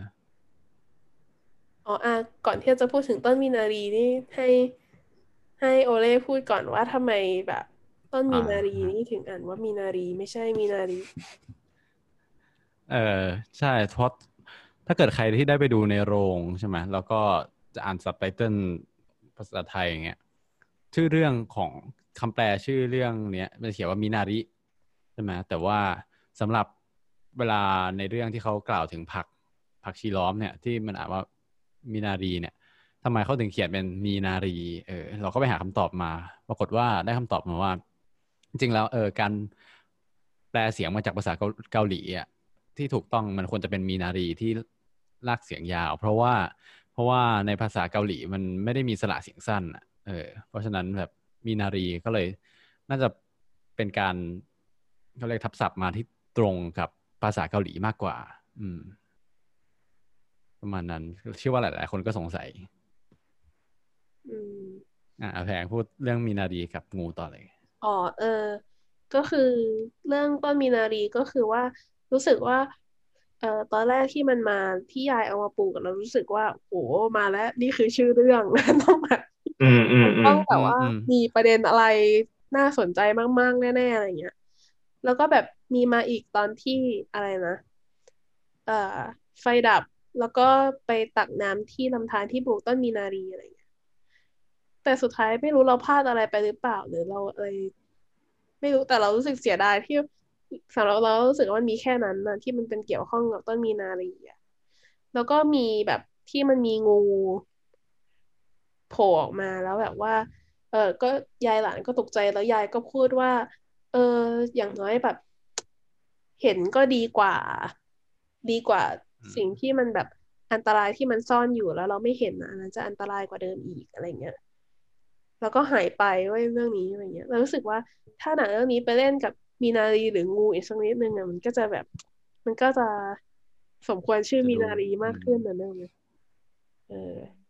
ก่อนที่จะพูดถึงต้นมีนารีนี่ให้โอเล่พูดก่อนว่าทำไมแบบต้นมีนารีนี่ถึงอ่านว่ามีนารีไม่ใช่มีนารีเออใช่เพราะถ้าเกิดใครที่ได้ไปดูในโรงใช่ไหมแล้วก็จะอ่านซับไตเติลภาษาไทยอย่างเงี้ยชื่อเรื่องของคำแปลชื่อเรื่องเนี้ยมันเขียนว่ามินาริใช่ไหมแต่ว่าสำหรับเวลาในเรื่องที่เขากล่าวถึงผักชีล้อมเนี่ยที่มันอ่านว่ามินารีเนี่ยทำไมเขาถึงเขียนเป็นมีนารีเราก็ไปหาคำตอบมาปรากฏว่าได้คำตอบมาว่าจริงๆแล้วการแปลเสียงมาจากภาษาเกาหลีอ่ะ ที่ถูกต้องมันควรจะเป็นมีนารีที่ลากเสียงยาวเพราะว่าในภาษาเกาหลีมันไม่ได้มีสระเสียงสั้นอ่ะเพราะฉะนั้นแบบมีนารีก็เลยน่าจะเป็นการเขาเรียกทับศัพท์มาที่ตรงกับภาษาเกาหลีมากกว่าประมาณนั้นเชื่อว่าหลายๆคนก็สงสัยอืมแพงพูดเรื่องมีนารีกับงูต่อเลยอ๋อก็คือเรื่องต้นมีนารีก็คือว่ารู้สึกว่าตอนแรกที่มันมาที่ยายเอามาปลูกเรารู้สึกว่าโอ้มาแล้วนี่คือชื่อเรื่องต้องแบบอืมอืมอืมต้องแบบว่ามีประเด็นอะไรน่าสนใจมากๆแน่ๆอะไรเงี้ยแล้วก็แบบมีมาอีกตอนที่อะไรนะเอ่อไฟดับแล้วก็ไปตักน้ำที่ลำธารที่ปลูกต้นมีนารีอะไรเงี้ยแต่สุดท้ายไม่รู้เราพลาดอะไรไปหรือเปล่าหรือเราอะไร ไม่รู้แต่เรารู้สึกเสียดายที่สำหรับเรารู้สึกว่ามันมีแค่นั้นนะที่มันเป็นเกี่ยวข้องกับต้นมีนารีอะแล้วก็มีแบบที่มันมีงูโผล่ออกมาแล้วแบบว่าก็ยายหลานก็ตกใจแล้วยายก็พูดว่าเอออย่างน้อยแบบเห็นก็ดีกว่าสิ่งที่มันแบบอันตรายที่มันซ่อนอยู่แล้วเราไม่เห็นนะอันนั้นจะอันตรายกว่าเดิมอีกอะไรเงี้ย แล้วก็หายไปเว้ยเรื่องนี้อะไรเงี้ยเรารู้สึกว่าถ้าหนังเรื่องนี้ไปเล่นกับมีนารีหรืองูอีกสักนิดนึงอ่ะมันก็จะสมควรชื่อจะดูมีนารีมากขึ้นนะเรื่องนี้เออ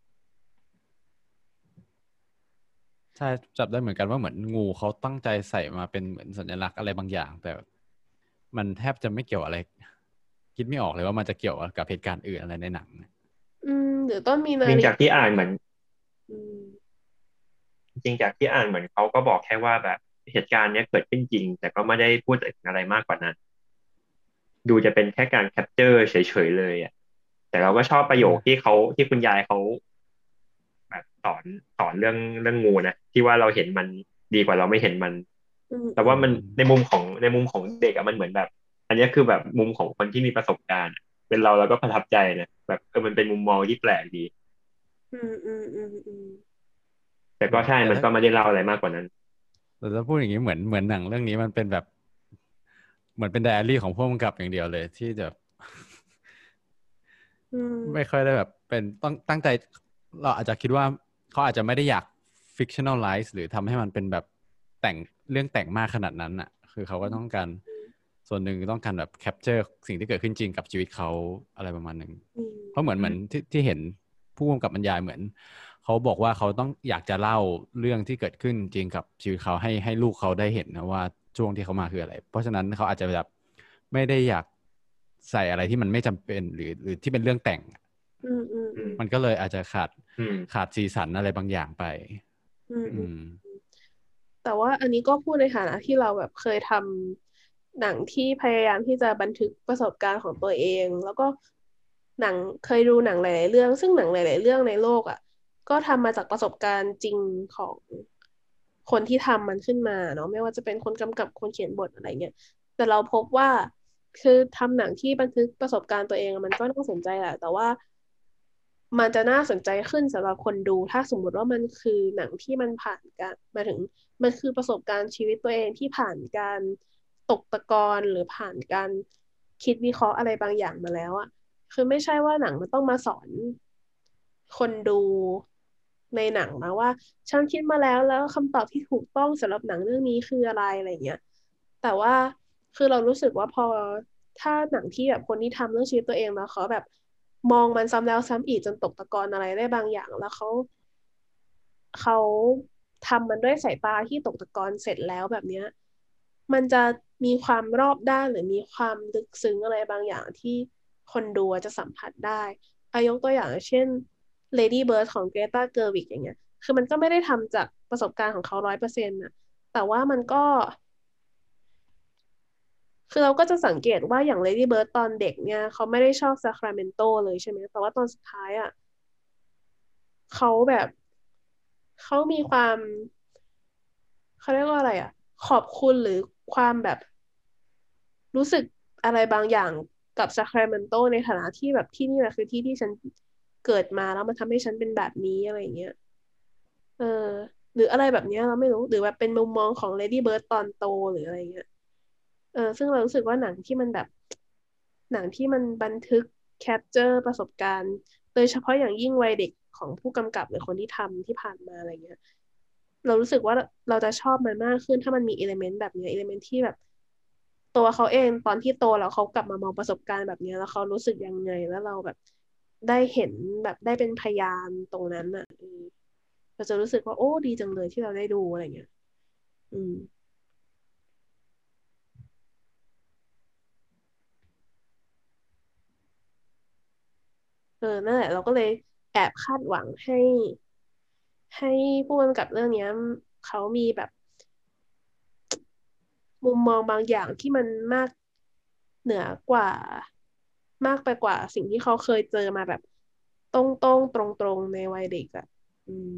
ใช่จับได้เหมือนกันว่าเหมือนงูเขาตั้งใจใส่มาเป็นเหมือนสัญลักษณ์อะไรบางอย่างแต่มันแทบจะไม่เกี่ยวอะไร คิดไม่ออกเลยว่ามันจะเกี่ยวกับเหตุการณ์อื่นอะไรในหนังหรือต้นมีนารีจริงจากที่อ่านเหมือนอืมจริงจากที่อ่านเหมือนเขาก็บอกแค่ว่าแบบเหตุการณ์เนี้ยเกิดขึ้นจริงแต่ก็ไม่ได้พูดถึงอะไรมากกว่านั้นดูจะเป็นแค่การแคปเจอร์เฉยๆเลยอ่ะแต่เราก็ชอบประโยคที่คุณยายเขาแบบสอนเรื่องงูนะที่ว่าเราเห็นมันดีกว่าเราไม่เห็นมันอืมแต่ว่ามันในมุมของเด็กอะมันเหมือนแบบอันเนี้ยคือแบบมุมของคนที่มีประสบการณ์อะเป็นเราก็ประทับใจนะแบบมันเป็นมุมมองที่แปลกดีอืมอืมอืมอืมแต่ก็ใช่แต่ถ้ามันก็ไม่ได้เล่าอะไรมากกว่านั้นพูดอย่างนี้เหมือนหนังเรื่องนี้มันเป็นแบบเหมือนเป็นไดอารี่ของผู้กำกับอย่างเดียวเลยที่จะอืมไม่ค่อยได้แบบเป็นต้องตั้งใจเราอาจจะคิดว่าเขาอาจจะไม่ได้อยาก fictionalize หรือทำให้มันเป็นแบบแต่งเรื่องแต่งมากขนาดนั้นอ่ะคือเขาก็ต้องการส่วนหนึ่งต้องการแบบ capture สิ่งที่เกิดขึ้นจริงกับชีวิตเขาอะไรประมาณหนึ่งอืมเพราะเหมือนที่เห็นผู้กำกับบรรยายเหมือนเขาบอกว่าเขาต้องอยากจะเล่าเรื่องที่เกิดขึ้นจริงกับชีวิตเขาให้ลูกเขาได้เห็นนะว่าช่วงที่เขามาคืออะไรเพราะฉะนั้นเขาอาจจะแบบไม่ได้อยากใส่อะไรที่มันไม่จำเป็นหรือที่เป็นเรื่องแต่งอืมอืมอืมมันก็เลยอาจจะขาดอืมขาดสีสันอะไรบางอย่างไปอืมอืมอืมแต่ว่าอันนี้ก็พูดในฐานะที่เราแบบเคยทำหนังที่พยายามที่จะบันทึกประสบการณ์ของตัวเองแล้วก็หนังเคยดูหนังหลายๆเรื่องซึ่งหนังหลายๆเรื่องในโลกอ่ะก็ทำมาจากประสบการณ์จริงของคนที่ทำมันขึ้นมาเนาะไม่ว่าจะเป็นคนกำกับคนเขียนบทอะไรเงี้ยแต่เราพบว่าคือทำหนังที่บันทึกประสบการณ์ตัวเองมันก็น่าสนใจแหละแต่ว่ามันจะน่าสนใจขึ้นสำหรับคนดูถ้าสมมติว่ามันคือหนังที่มันผ่านการมาถึง มันคือประสบการณ์ชีวิตตัวเองที่ผ่านการตกตะกอนหรือผ่านการคิดวิเคราะห์อะไรบางอย่างมาแล้วอะคือไม่ใช่ว่าหนังมันต้องมาสอนคนดูในหนังนะว่าฉันคิดมาแล้วคำตอบที่ถูกต้องสำหรับหนังเรื่องนี้คืออะไรอะไรเงี้ยแต่ว่าคือเรารู้สึกว่าพอถ้าหนังที่แบบคนที่ทำเรื่องชีวิตตัวเองแล้วเขาแบบมองมันซ้ำแล้วซ้ำอีกจนตกตะกอนอะไรได้บางอย่างแล้วเขาทำมันด้วยสายตาที่ตกตะกอนเสร็จแล้วแบบเนี้ยมันจะมีความรอบด้านหรือมีความลึกซึ้งอะไรบางอย่างที่คนดูจะสัมผัสได้ยกตัวอย่างเช่น Lady Bird ของ Greta Gerwig อย่างเงี้ยคือมันก็ไม่ได้ทำจากประสบการณ์ของเขา100%นะแต่ว่ามันก็คือเราก็จะสังเกตว่าอย่าง Lady Bird ตอนเด็กเนี่ยเขาไม่ได้ชอบ Sacramento เลยใช่ไหมแต่ว่าตอนสุดท้ายอ่ะเขาแบบเขามีความเขาเรียกว่าอะไรอ่ะขอบคุณหรือความแบบรู้สึกอะไรบางอย่างกับซาคราเมนโตในฐานะที่แบบที่นี่แหละคือที่ที่ฉันเกิดมาแล้วมันทำให้ฉันเป็นแบบนี้อะไรอย่างเงี้ยเออหรืออะไรแบบเนี้ยเราไม่รู้หรือแบบเป็นมุมมองของ Lady Bird ตอนโตหรืออะไรเงี้ยซึ่งเรารู้สึกว่าหนังที่มันแบบหนังที่มันบันทึกแคปเจอร์ประสบการณ์โดยเฉพาะอย่างยิ่งวัยเด็กของผู้กำกับหรือคนที่ทำที่ผ่านมาอะไรเงี้ยเรารู้สึกว่าเราจะชอบมันมากขึ้นถ้ามันมีเอลิเมนต์แบบเนี้ยเอลิเมนต์ที่แบบตัวเขาเองตอนที่โตแล้วเขากลับมามองประสบการณ์แบบเนี้ยแล้วเขารู้สึกยังไงแล้วเราแบบได้เห็นแบบได้เป็นพยานตรงนั้นอ่ะเราจะรู้สึกว่าโอ้ดีจังเลยที่เราได้ดูอะไรเงี้ยอืมนั่นแหละเราก็เลยแอบคาดหวังให้ผู้กำกับเรื่องเนี้ยเขามีแบบมุมมองบางอย่างที่มันมากเหนือกว่ามากไปกว่าสิ่งที่เขาเคยเจอมาแบบตรงๆตรงๆในวัยเด็กอ่ะอืม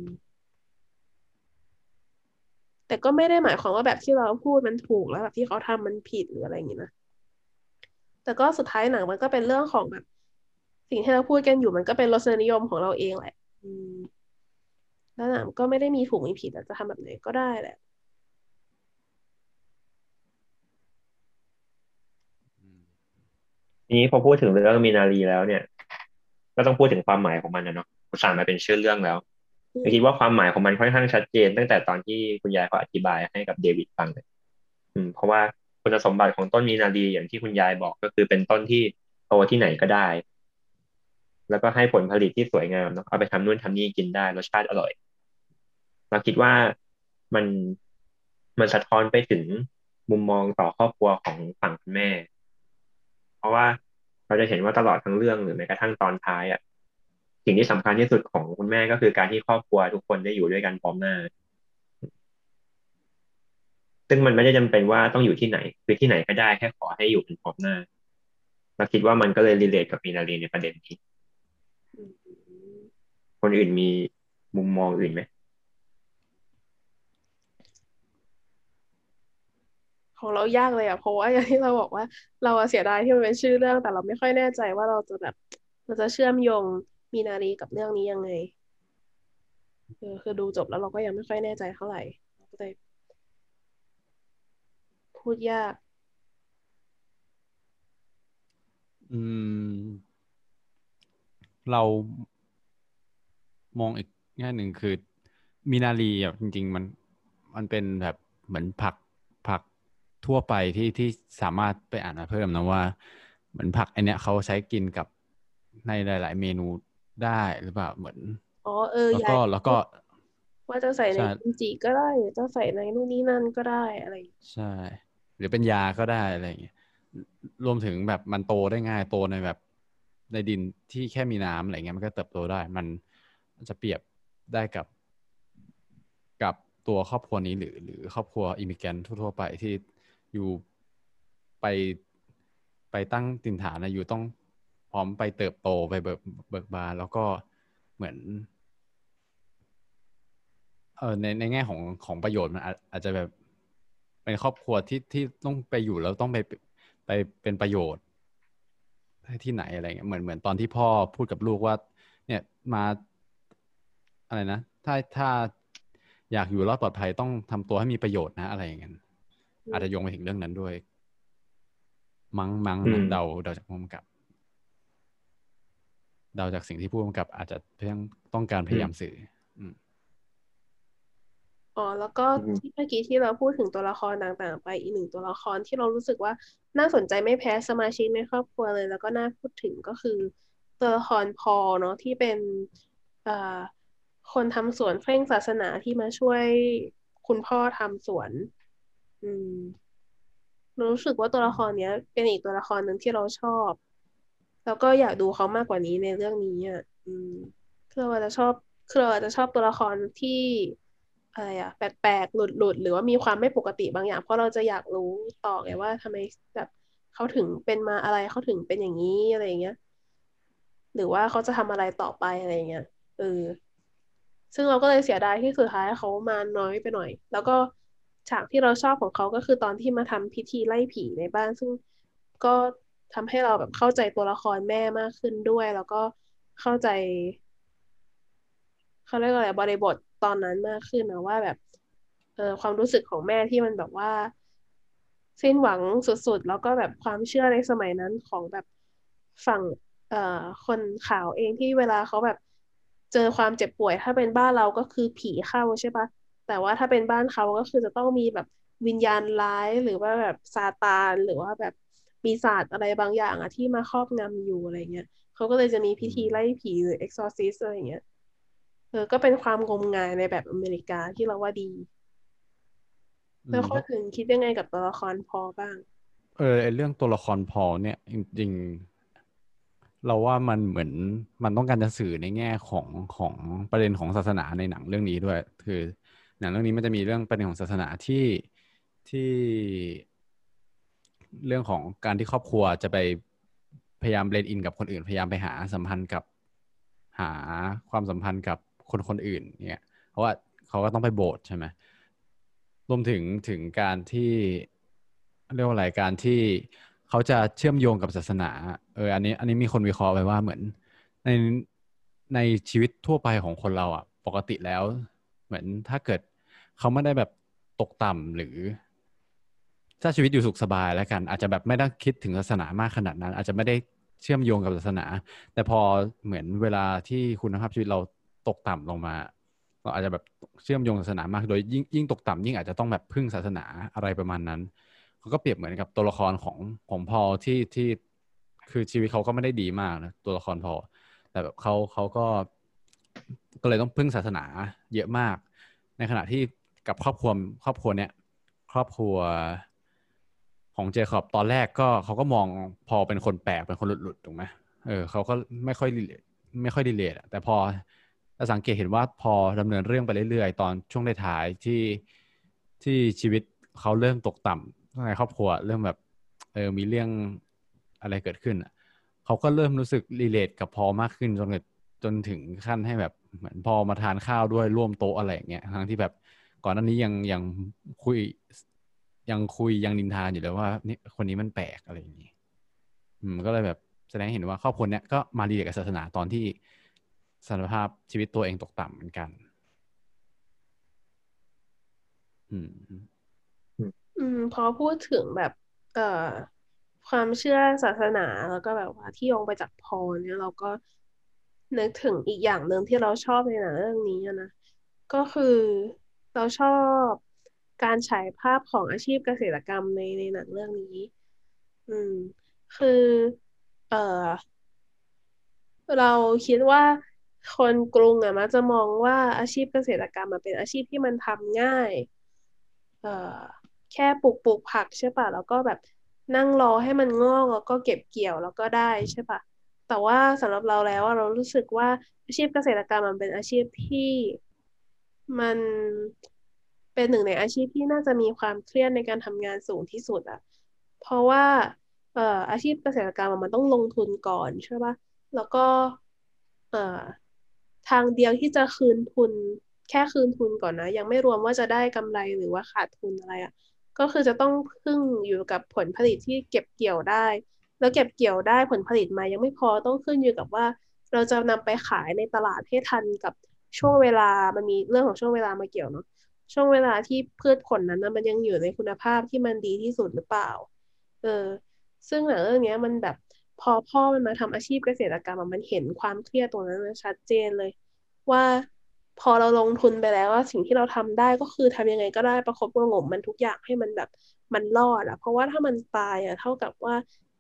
แต่ก็ไม่ได้หมายความว่าแบบที่เราพูดมันถูกแล้วแบบที่เขาทำมันผิดหรืออะไรอย่างงี้นะแต่ก็สุดท้ายหนังมันก็เป็นเรื่องของแบบสิ่งที่เราพูดกันอยู่มันก็เป็นรสนิยมของเราเองแหละอืมแล้วหนังก็ไม่ได้มีถูกมีผิดแต่จะทำแบบไหนก็ได้แหละทีนี้พอพูดถึงเรื่องมินารีแล้วเนี่ยก็ต้องพูดถึงความหมายของมันนะเนาะอุตส่าห์มาเป็นชื่อเรื่องแล้วอืคิดว่ามความหมายของมันค่อนข้างชัดเจนตั้งแต่ตอนที่คุณยายเขาอธิบายให้กับเดวิดฟังเลยเพราะว่าคุณสมบัติของต้นมินารีอย่างที่คุณยายบอกก็คือเป็นต้นที่โตที่ไหนก็ได้แล้วก็ให้ผลผลิตที่สวยงามเนาะเอาไปทำนู่นทำนี่กินได้รสชาติอร่อยเราคิดว่ามันมันสะท้อนไปถึงมุมมองต่อครอบครัวของฝั่งคุณแม่ เพราะว่าเราจะเห็นว่าตลอดทั้งเรื่องหรือแม้กระทั่งตอนท้ายอ่ะสิ่งที่สำคัญที่สุดของคุณแม่ก็คือการที่ครอบครัวทุกคนได้อยู่ด้วยกันพร้อมหน้าซึ่งมันไม่ได้จำเป็นว่าต้องอยู่ที่ไหนคือที่ไหนก็ได้แค่ขอให้อยู่เป็นพร้อมหน้าเราคิดว่ามันก็เลยรีเลทกับมีนารีในประเด็นนี้อืมคนอื่นมีมุมมองอื่นไหมของเรายากเลยอ่ะเพราะว่าอย่างที่เราบอกว่าเราอะเสียดายที่มันเป็นชื่อเรื่องแต่เราไม่ค่อยแน่ใจว่าเราจะแบบเราจะเชื่อมโยงมีนารีกับเรื่องนี้ยังไงคือดูจบแล้วเราก็ยังไม่ค่อยแน่ใจเท่าไหร่เราก็เลยพูดยากอืมเรามองอีกแง่หนึ่งคือมินารีอ่ะจริงๆมันเป็นแบบเหมือนผักทั่วไปที่สามารถไปอ่านมาเพิ่มนะว่าเหมือนผักอันเนี้ยเขาใช้กินกับในหลายๆเมนูได้หรือเปล่าเหมือนอ๋อแล้วยายก็แล้วก็พูดว่าจะใส่ในใช่กิมจิก็ได้หรือจะใส่ในนู่นนี่นั่นก็ได้อะไรใช่หรือเป็นยาก็ได้อะไรอย่างเงี้ยรวมถึงแบบมันโตได้ง่ายโตในแบบในดินที่แค่มีน้ำอะไรเงี้ยมันก็เติบโตได้มันจะเปรียบได้กับตัวครอบครัวนี้หรือครอบครัวอิมิเกรนต์ทั่วๆไปที่อยู่ไปไปตั้งถิ่นฐานนะอยู่ต้องพร้อมไปเติบโตไปเบิกบานแล้วก็เหมือนในแง่ของประโยชน์มันอาจจะแบบเป็นครอบครัวที่ต้องไปอยู่แล้วต้องไปเป็นประโยชน์ที่ไหนอะไรเงี้ยเหมือนตอนที่พ่อพูดกับลูกว่าเนี่ยมาอะไรนะถ้าอยากอยู่รอดปลอดภัยต้องทำตัวให้มีประโยชน์นะอะไรอย่างเงี้ยอืมอาจจะโยงไปถึงเรื่องนั้นด้วยมั้งอืมนะเดาจากผู้กำกับเดาจากสิ่งที่ผู้กำกับอาจจะเพียงต้องการพอืมยายามสื่ออืมอ๋อแล้วก็อืมที่เมื่อกี้ที่เราพูดถึงตัวละครต่างๆไปอีกหนึ่งตัวละครที่เรารู้สึกว่าน่าสนใจไม่แพ้สมาชิกในครอบครัวเลยแล้วก็น่าพูดถึงก็คือตัวละครพอลเนาะที่เป็นเอ่อคนทำสวนเคร่งศาสนาที่มาช่วยคุณพ่อทำสวนอืมรู้สึกว่าตัวละครเนี้ยเป็นอีกตัวละครหนึ่งที่เราชอบแล้วก็อยากดูเขามากกว่านี้ในเรื่องนี้อ่ะคือเราอาจจะชอบคือเราอาจจะชอบตัวละครที่อะไรอะแปลกๆหลุดหรือว่ามีความไม่ปกติบางอย่างเพราะเราจะอยากรู้ต่อไงว่าทำไมแบบเขาถึงเป็นมาอะไรเขาถึงเป็นอย่างนี้อะไรอย่างเงี้ย หรือว่าเขาจะทำอะไรต่อไปอะไรเงี้ยเออซึ่งเราก็เลยเสียดายที่สุดท้ายเขามาน้อยไปหน่อยแล้วก็ฉากที่เราชอบของเขาก็คือตอนที่มาทำพิธีไล่ผีในบ้านซึ่งก็ทำให้เราแบบเข้าใจตัวละครแม่มากขึ้นด้วยแล้วก็เข้าใจเขาเรียกว่าอะไรบริบทตอนนั้นมากขึ้นนะว่าแบบความรู้สึกของแม่ที่มันแบบว่าสิ้นหวังสุดๆแล้วก็แบบความเชื่อในสมัยนั้นของแบบฝั่งคนขาวเองที่เวลาเขาแบบเจอความเจ็บป่วยถ้าเป็นบ้านเราก็คือผีเข้าใช่ปะแต่ว่าถ้าเป็นบ้านเขาก็คือจะต้องมีแบบวิญญาณร้ายหรือว่าแบบซาตานหรือว่าแบบปีศาจอะไรบางอย่างอะที่มาครอบงำอยู่อะไรเงี้ยเขาก็เลยจะมีพิธีไล่ผีหรือ exorcist อะไรเงี้ยก็เป็นความงมงายในแบบอเมริกาที่เราว่าดีแล้วคนเพราะอื่นคิดยังไงกับตัวละครพอบ้างไอเรื่องตัวละครพอลเนี่ยจริงๆเราว่ามันเหมือนมันต้องการจะสื่อในแง่ของประเด็นของศาสนาในหนังเรื่องนี้ด้วยคือหนังเรื่องนี้มันจะมีเรื่องประเด็นของศาสนาที่เรื่องของการที่ครอบครัวจะไปพยายามเบลนด์อินกับคนอื่นพยายามไปหาสัมพันธ์กับหาความสัมพันธ์กับคนคนอื่นเนี่ยเพราะว่าเขาก็ต้องไปโบสถ์ใช่ไหมรวมถึงการที่เรียกว่าอะไรการที่เขาจะเชื่อมโยงกับศาสนาอันนี้มีคนวิเคราะห์ไว้ว่าเหมือนในในชีวิตทั่วไปของคนเราอ่ะปกติแล้วเหมือนถ้าเกิดเขาไม่ได้แบบตกต่ำหรือ ถ้าชีวิตอยู่สุขสบายแล้วกันอาจจะแบบไม่ได้คิดถึงศาสนามากขนาดนั้นอาจจะไม่ได้เชื่อมโยงกับศาสนาแต่พอเหมือนเวลาที่คุณภาพชีวิตเราตกต่ำลงมาเราอาจจะแบบเชื่อมโยงศาสนามากโดยยิ่งตกต่ำยิ่งอาจจะต้องแบบพึ่งศาสนาอะไรประมาณนั้นเขาก็เปรียบเหมือนกับตัวละครของพอลที่คือชีวิตเขาก็ไม่ได้ดีมากนะตัวละครพอลแต่แบบเขาก็เลยต้องพึ่งศาสนาเยอะมากในขณะที่กับครอบครัวเนี้ย ครอบครัวของเจคอบตอนแรกก็เขาก็มองพอเป็นคนแปลกเป็นคนหลุดถูกไหมเขาก็ไม่ค่อยดีเลทอะแต่พอเราสังเกตเห็นว่าพอดำเนินเรื่องไปเรื่อยๆตอนช่วงท้ายๆที่ชีวิตเขาเริ่มตกต่ำในครอบครัวเริ่มแบบมีเรื่องอะไรเกิดขึ้นอะเขาก็เริ่มรู้สึกรีเลทกับพอมากขึ้นจนถึงขั้นให้แบบเหมือนพอมาทานข้าวด้วยร่วมโต๊ะอะไรอย่างเงี้ยทั้งที่แบบก่อนหน้านี้ยังคุยยังนินทาอยู่เลยว่านี่คนนี้มันแปลกอะไรอย่างงี้ก็เลยแบบแสดงให้เห็นว่าครอบครัวเนี้ยก็มารีเลทกับศาสนาตอนที่สารภาพชีวิตตัวเองตกต่ำเหมือนกันอืมพอพูดถึงแบบเอ่อความเชื่อศาสนาแล้วก็แบบว่าที่โยงไปจากพอลเนี่ยเราก็นึกถึงอีกอย่างหนึ่งที่เราชอบในหนังเรื่องนี้อะนะก็คือเราชอบการฉายภาพของอาชีพเกษตรกรรมในหนังเรื่องนี้อืมคือเอ่อ เราคิดว่าคนกรุงอ่ะมักจะมองว่าอาชีพเกษตรกรรมมันเป็นอาชีพที่มันทำง่ายเอ่อแค่ปลูกผักใช่ป่ะแล้วก็แบบนั่งรอให้มันงอกแล้วก็เก็บเกี่ยวแล้วก็ได้ใช่ป่ะแต่ว่าสำหรับเราแล้วอะเรารู้สึกว่าอาชีพเกษตรกรรมมันเป็นอาชีพที่มันเป็นหนึ่งในอาชีพที่น่าจะมีความเครียดในการทำงานสูงที่สุดอะเพราะว่าอาชีพเกษตรกรรมอะมันต้องลงทุนก่อนใช่ป่ะ แล้วก็เอ่อทางเดียวที่จะคืนทุนแค่คืนทุนก่อนนะยังไม่รวมว่าจะได้กำไรหรือว่าขาดทุนอะไรอ่ะก็คือจะต้องพึ่งอยู่กับผลผลิตที่เก็บเกี่ยวได้แล้วเก็บเกี่ยวได้ผลผลิตมายังไม่พอต้องขึ้นอยู่กับว่าเราจะนำไปขายในตลาดให้ทันกับช่วงเวลามันมีเรื่องของช่วงเวลามาเกี่ยวเนาะช่วงเวลาที่พืชผลนั้นนะมันยังอยู่ในคุณภาพที่มันดีที่สุดหรือเปล่าเออ ซึ่งหนังเรื่องเนี้ยมันแบบพอพ่อมันมาทำอาชีพเกษตรกรรมอะมันเห็นความเครียดตรงนั้นชัดเจนเลยว่าพอเราลงทุนไปแล้วว่าสิ่งที่เราทำได้ก็คือทำยังไงก็ได้ประคบประหงมมันทุกอย่างให้มันแบบมันรอดอะเพราะว่าถ้ามันตายอะเท่ากับว่า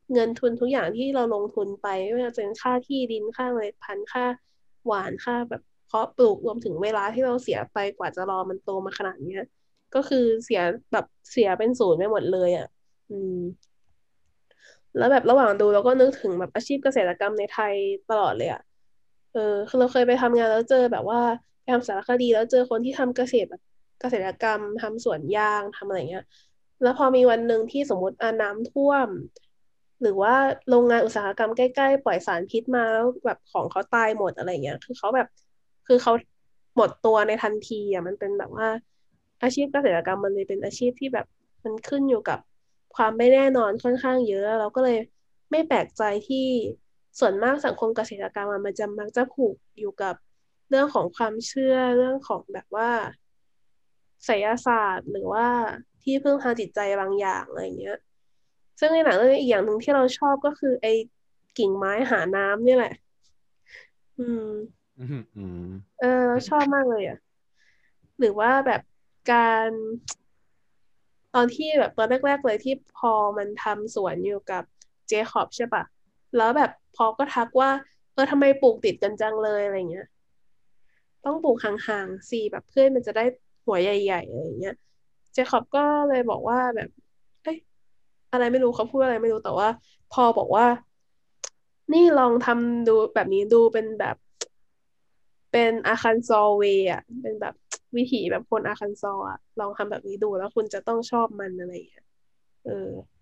เงินทุนทุกอย่างที่เราลงทุนไปไม่ว่าจะเป็นค่าที่ดินค่าเมล็ดพันธุ์ค่าหวานค่าแบบเพาะปลูกรวมถึงเวลาที่เราเสียไปกว่าจะรอมันโตมาขนาดเนี้ยก็คือเสียแบบเสียเป็นศูนย์ไปหมดเลยอ่ะอืมแล้วแบบระหว่างดูเราก็นึกถึงแบบอาชีพเกษตรกรรมในไทยตลอดเลยอ่ะคือเราเคยไปทำงานแล้วเจอแบบว่าไปทำสารคดีแล้วเจอคนที่ทำเกษตรแบบเกษตรกรรมทำสวนยางทำอะไรเงี้ย แล้วพอมีวันหนึ่งที่สมมติน้ำท่วมหรือว่าโรงงานอุตสาหกรรมใกล้ๆปล่อยสารพิษมาแล้วแบบของเขาตายหมดอะไรเงี้ยคือเขาแบบคือเขาหมดตัวในทันทีอ่ะมันเป็นแบบว่าอาชีพเกษตรกรรมมันเลยเป็นอาชีพที่แบบมันขึ้นอยู่กับความไม่แน่นอนค่อนข้างเยอะเราก็เลยไม่แปลกใจที่ส่วนมากสังคมเกษตรกรรมอะมันจะมักจะผูกอยู่กับเรื่องของความเชื่อเรื่องของแบบว่าไสยศาสตร์หรือว่าที่พึ่งทางจิตใจบางอย่างอะไรเงี้ยซึ่งในหนังเรื่องนี้อีกอย่างหนึ่งที่เราชอบก็คือไอ้กิ่งไม้หาน้ำนี่แหละอืมอืมอืมเราชอบมากเลยอ่ะหรือว่าแบบการตอนที่แบบตอนแรกๆเลยที่พอมันทำสวนอยู่กับเจคอบใช่ปะแล้วแบบพอก็ทักว่าทำไมปลูกติดกันจังเลยอะไรเงี้ย ต้องปลูกห่างๆสิแบบเพื่อนมันจะได้หัวใหญ่ๆอะไรอย่างเงี้ยเจคอบก็เลยบอกว่าแบบเอ้ยอะไรไม่รู้เขาพูดอะไรไม่รู้แต่ว่าพอบอกว่านี่ลองทำดูแบบนี้ดูเป็นแบบเป็นอาคันซอเวย์อ่ะเป็นแบบวิถีแบบคนอาคันซออ่ะลองทำแบบนี้ดูแล้วคุณจะต้องชอบมันอะไรอย่างเงี้ยเออ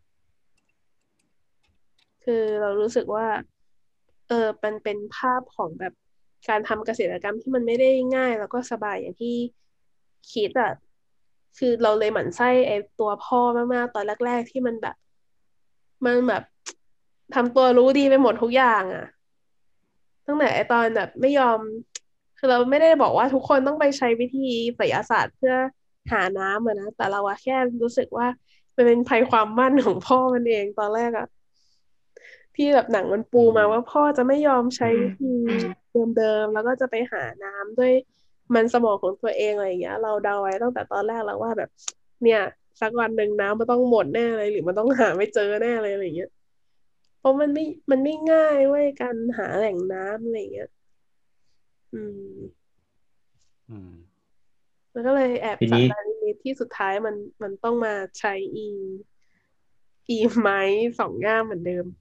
คือเรารู้สึกว่ามันเป็นภาพของแบบการทำเกษตรกรรมที่มันไม่ได้ง่ายแล้วก็สบายอย่างที่คิดอ่ะคือเราเลยหมั่นไส้ไอ้ตัวพ่อมากๆตอนแรกๆที่มันแบบทำตัวรู้ดีไปหมดทุกอย่างอ่ะตั้งแต่ไอ้ตอนแบบไม่ยอมคือเราไม่ได้บอกว่าทุกคนต้องไปใช้วิธีไสยศาสตร์เพื่อหาน้ำอะนะแต่เราอะแค่รู้สึกว่ามันเป็นภัยความมั่นของพ่อมันเองตอนแรกอะ ที่แบบหนังมันปูอืมาว่ามพ่อจะไม่ยอมใช้อืมวิธีอืมเดิมๆแล้วก็จะไปหาน้ำด้วยมันสมองของตัวเองอะไรอย่างเงี้ยเราเดาไว้ตั้งแต่ตอนแรกแล้วว่าแบบเนี่ยสักวันหนึ่งน้ำมันต้องหมดแน่เลยหรือมันต้องหาไม่เจอแน่เลยอะไรอย่างเงี้ยเพราะมันไม่ง่ายเว้ยการหาแหล่งน้ำอะไรอย่างเงี้ยอืมอืมแล้วก็เลยแอบทีนี้สะใจนิดๆที่สุดท้ายมันต้องมาใช้อีไม้สองง่ามเหมือนเดิม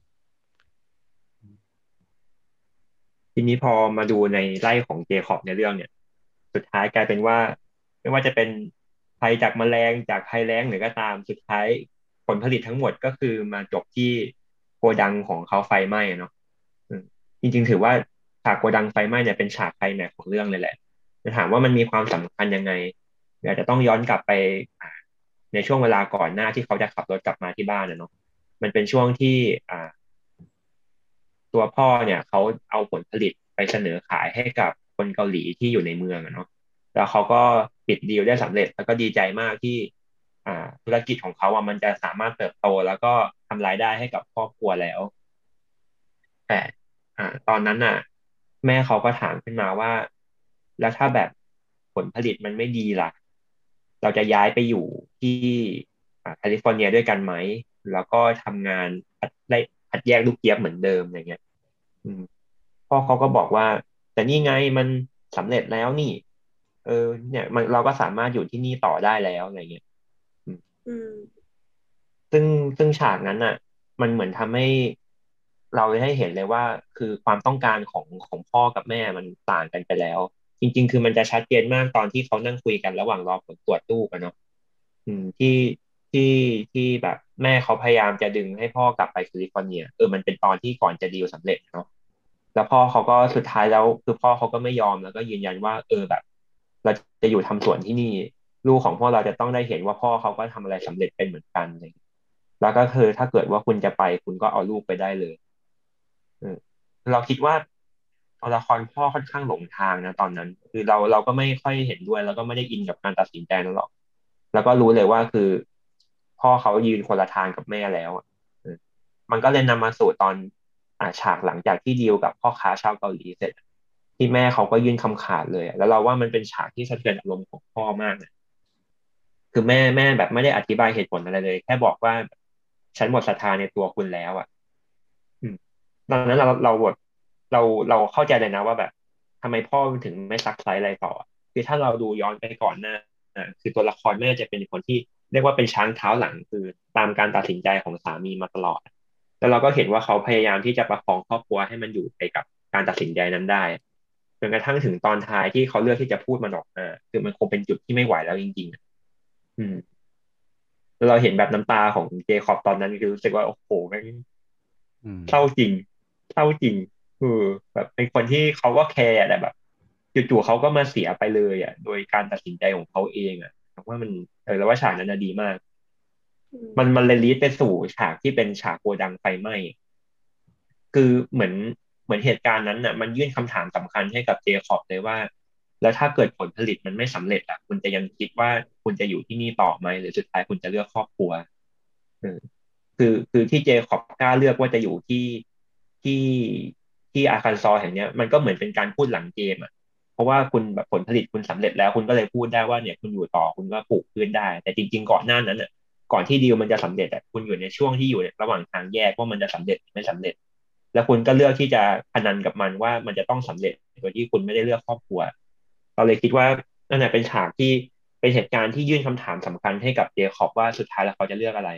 ทีนี้พอมาดูในไร่ของเจคอบในเรื่องเนี่ยสุดท้ายกลายเป็นว่าไม่ว่าจะเป็นภัยจากแมลงจากภัยแล้งหรือก็ตามสุดท้ายผลผลิตทั้งหมดก็คือมาจบที่โกดังของเขาไฟไหม้อะเนาะอืมจริงๆถือว่าฉากโกดังไฟไหม้เนี่ยเป็นฉากไคลแม็กซ์ของเรื่องเลยแหละจะถามว่ามันมีความสำคัญยังไงอาจจะต้องย้อนกลับไปอ่าในช่วงเวลาก่อนหน้าที่เขาจะขับรถกลับมาที่บ้านนะเนาะมันเป็นช่วงที่ตัวพ่อเนี่ยเขาเอาผลผลิตไปเสนอขายให้กับคนเกาหลีที่อยู่ในเมืองอะเนาะแล้วเขาก็ปิดดีลได้สำเร็จแล้วก็ดีใจมากที่ธุรกิจของเขาอ่ะมันจะสามารถเติบโตแล้วก็ทำรายได้ให้กับครอบครัวแล้วแต่ตอนนั้นน่ะแม่เขาก็ถามขึ้นมาว่าแล้วถ้าแบบผลผลิตมันไม่ดีล่ะเราจะย้ายไปอยู่ที่แคลิฟอร์เนียด้วยกันไหมแล้วก็ทำงานคัดแยกลูกเจี๊ยบเหมือนเดิมอย่างเงี้ย อืมพ่อเขาก็บอกว่าแต่นี่ไงมันสำเร็จแล้วนี่เออเนี่ยมันเราก็สามารถอยู่ที่นี่ต่อได้แล้วอะไรเงี้ยอืมอืมซึ่งซึ่งฉากนั้นอ่ะมันเหมือนทำให้เราได้เห็นเลยว่าคือความต้องการของพ่อกับแม่มันต่างกันไปแล้วจริงๆคือมันจะชัดเจนมากตอนที่เขานั่งคุยกันระหว่างรอผลตรวจลูกอะเนาะที่ที่แบบแม่เขาพยายามจะดึงให้พ่อกลับไปแคลิฟอร์เนียมันเป็นตอนที่ก่อนจะดีลสำเร็จเนาะ แล้วพ่อเขาก็สุดท้ายแล้วคือพ่อเขาก็ไม่ยอมแล้วก็ยืนยันว่าแบบเราจะอยู่ทำสวนที่นี่ลูกของพ่อเราจะต้องได้เห็นว่าพ่อเขาก็ทำอะไรสำเร็จเป็นเหมือนกันอะไรอย่างเงี้ยแล้วก็คือถ้าเกิดว่าคุณจะไปคุณก็เอาลูกไปได้เลยเออเราคิดว่าตัวละครพ่อค่อนข้างหลงทางนะตอนนั้นคือเราก็ไม่ค่อยเห็นด้วยแล้วก็ไม่ได้อินกับการตัดสินใจนั้นหรอกแล้วก็รู้เลยว่าคือพ่อเขายืนคนละทางกับแม่แล้วอะเออมันก็เลยนำมาสู่ตอน ฉากหลังจากที่ดีลกับพ่อค้าชาวเกาหลีเสร็จที่แม่เขาก็ยื่นคำขาดเลยอะแล้วเราว่ามันเป็นฉากที่สะเทือนอารมณ์ของพ่อมากนะคือแม่แบบไม่ได้อธิบายเหตุผลอะไรเลยแค่บอกว่าฉันหมดศรัทธาในตัวคุณแล้วอ่ะตอนนั้นเราแบบเราเราเข้าใจเลยนะว่าแบบทำไมพ่อถึงไม่ซักไซส์อะไรต่อคือถ้าเราดูย้อนไปก่อนหน้าคือตัวละครแม่จะเป็นคนที่เรียกว่าเป็นช้างเท้าหลังคือตามการตัดสินใจของสามีมาตลอดแล้วเราก็เห็นว่าเขาพยายามที่จะประคองครอบครัวให้มันอยู่ไปกับการตัดสินใจนั้นได้จนกระทั่งถึงตอนท้ายที่เขาเลือกที่จะพูดมันออกมาคือมันคงเป็นจุดที่ไม่ไหวแล้วจริงๆอืมแล้วเราเห็นแบบน้ำตาของเจคอบตอนนั้นคือรู้สึกว่าโอ้โหแม่งอืมเศร้าจริงเศร้าจริงคือแบบเป็นคนที่เขาก็แคร์แต่แบบจู่ๆเขาก็มาเสียไปเลยอ่ะโดยการตัดสินใจของเขาเองอ่ะผมว่ามันแล้วว่าฉากนั้นน่ะดีมากอืมมันเลยลีดไปสู่ฉากที่เป็นฉากโกดังไฟไหม้คือเหมือนเหตุการณ์นั้นน่ะมันยื่นคำถามสำคัญให้กับเจคอบเลยว่าแล้วถ้าเกิดผลผลิตมันไม่สำเร็จอ่ะคุณจะยังคิดว่าคุณจะอยู่ที่นี่ต่อไหมหรือสุดท้ายคุณจะเลือกครอบครัวเออ คือที่เจคอบกล้าเลือกว่าจะอยู่ที่ที่อาคันซอแห่งเนี้ยมันก็เหมือนเป็นการพูดหลังเกมอ่ะเพราะว่าคุณแบบผลผลิตคุณสำเร็จแล้วคุณก็เลยพูดได้ว่าเนี่ยคุณอยู่ต่อคุณก็ปลูกพืชได้แต่จริงๆก่อนหน้านั้นอ่ะก่อนที่ดีลมันจะสำเร็จอ่ะคุณอยู่ในช่วงที่อยู่ในระหว่างทางแยกว่ามันจะสำเร็จหรือไม่สำเร็จแล้วคุณก็เลือกที่จะพนันกับมันว่ามันจะต้องสำเร็จโดยที่คุณไม่ได้เลือกครอบครัวเราเลยคิดว่านั่นแหละเป็นฉากที่เป็นเหตุการณ์ที่ยื่นคำถามสำคัญให้กับเจคอบว่าสุดท้ายแล้วเขาจะเลือกอะไร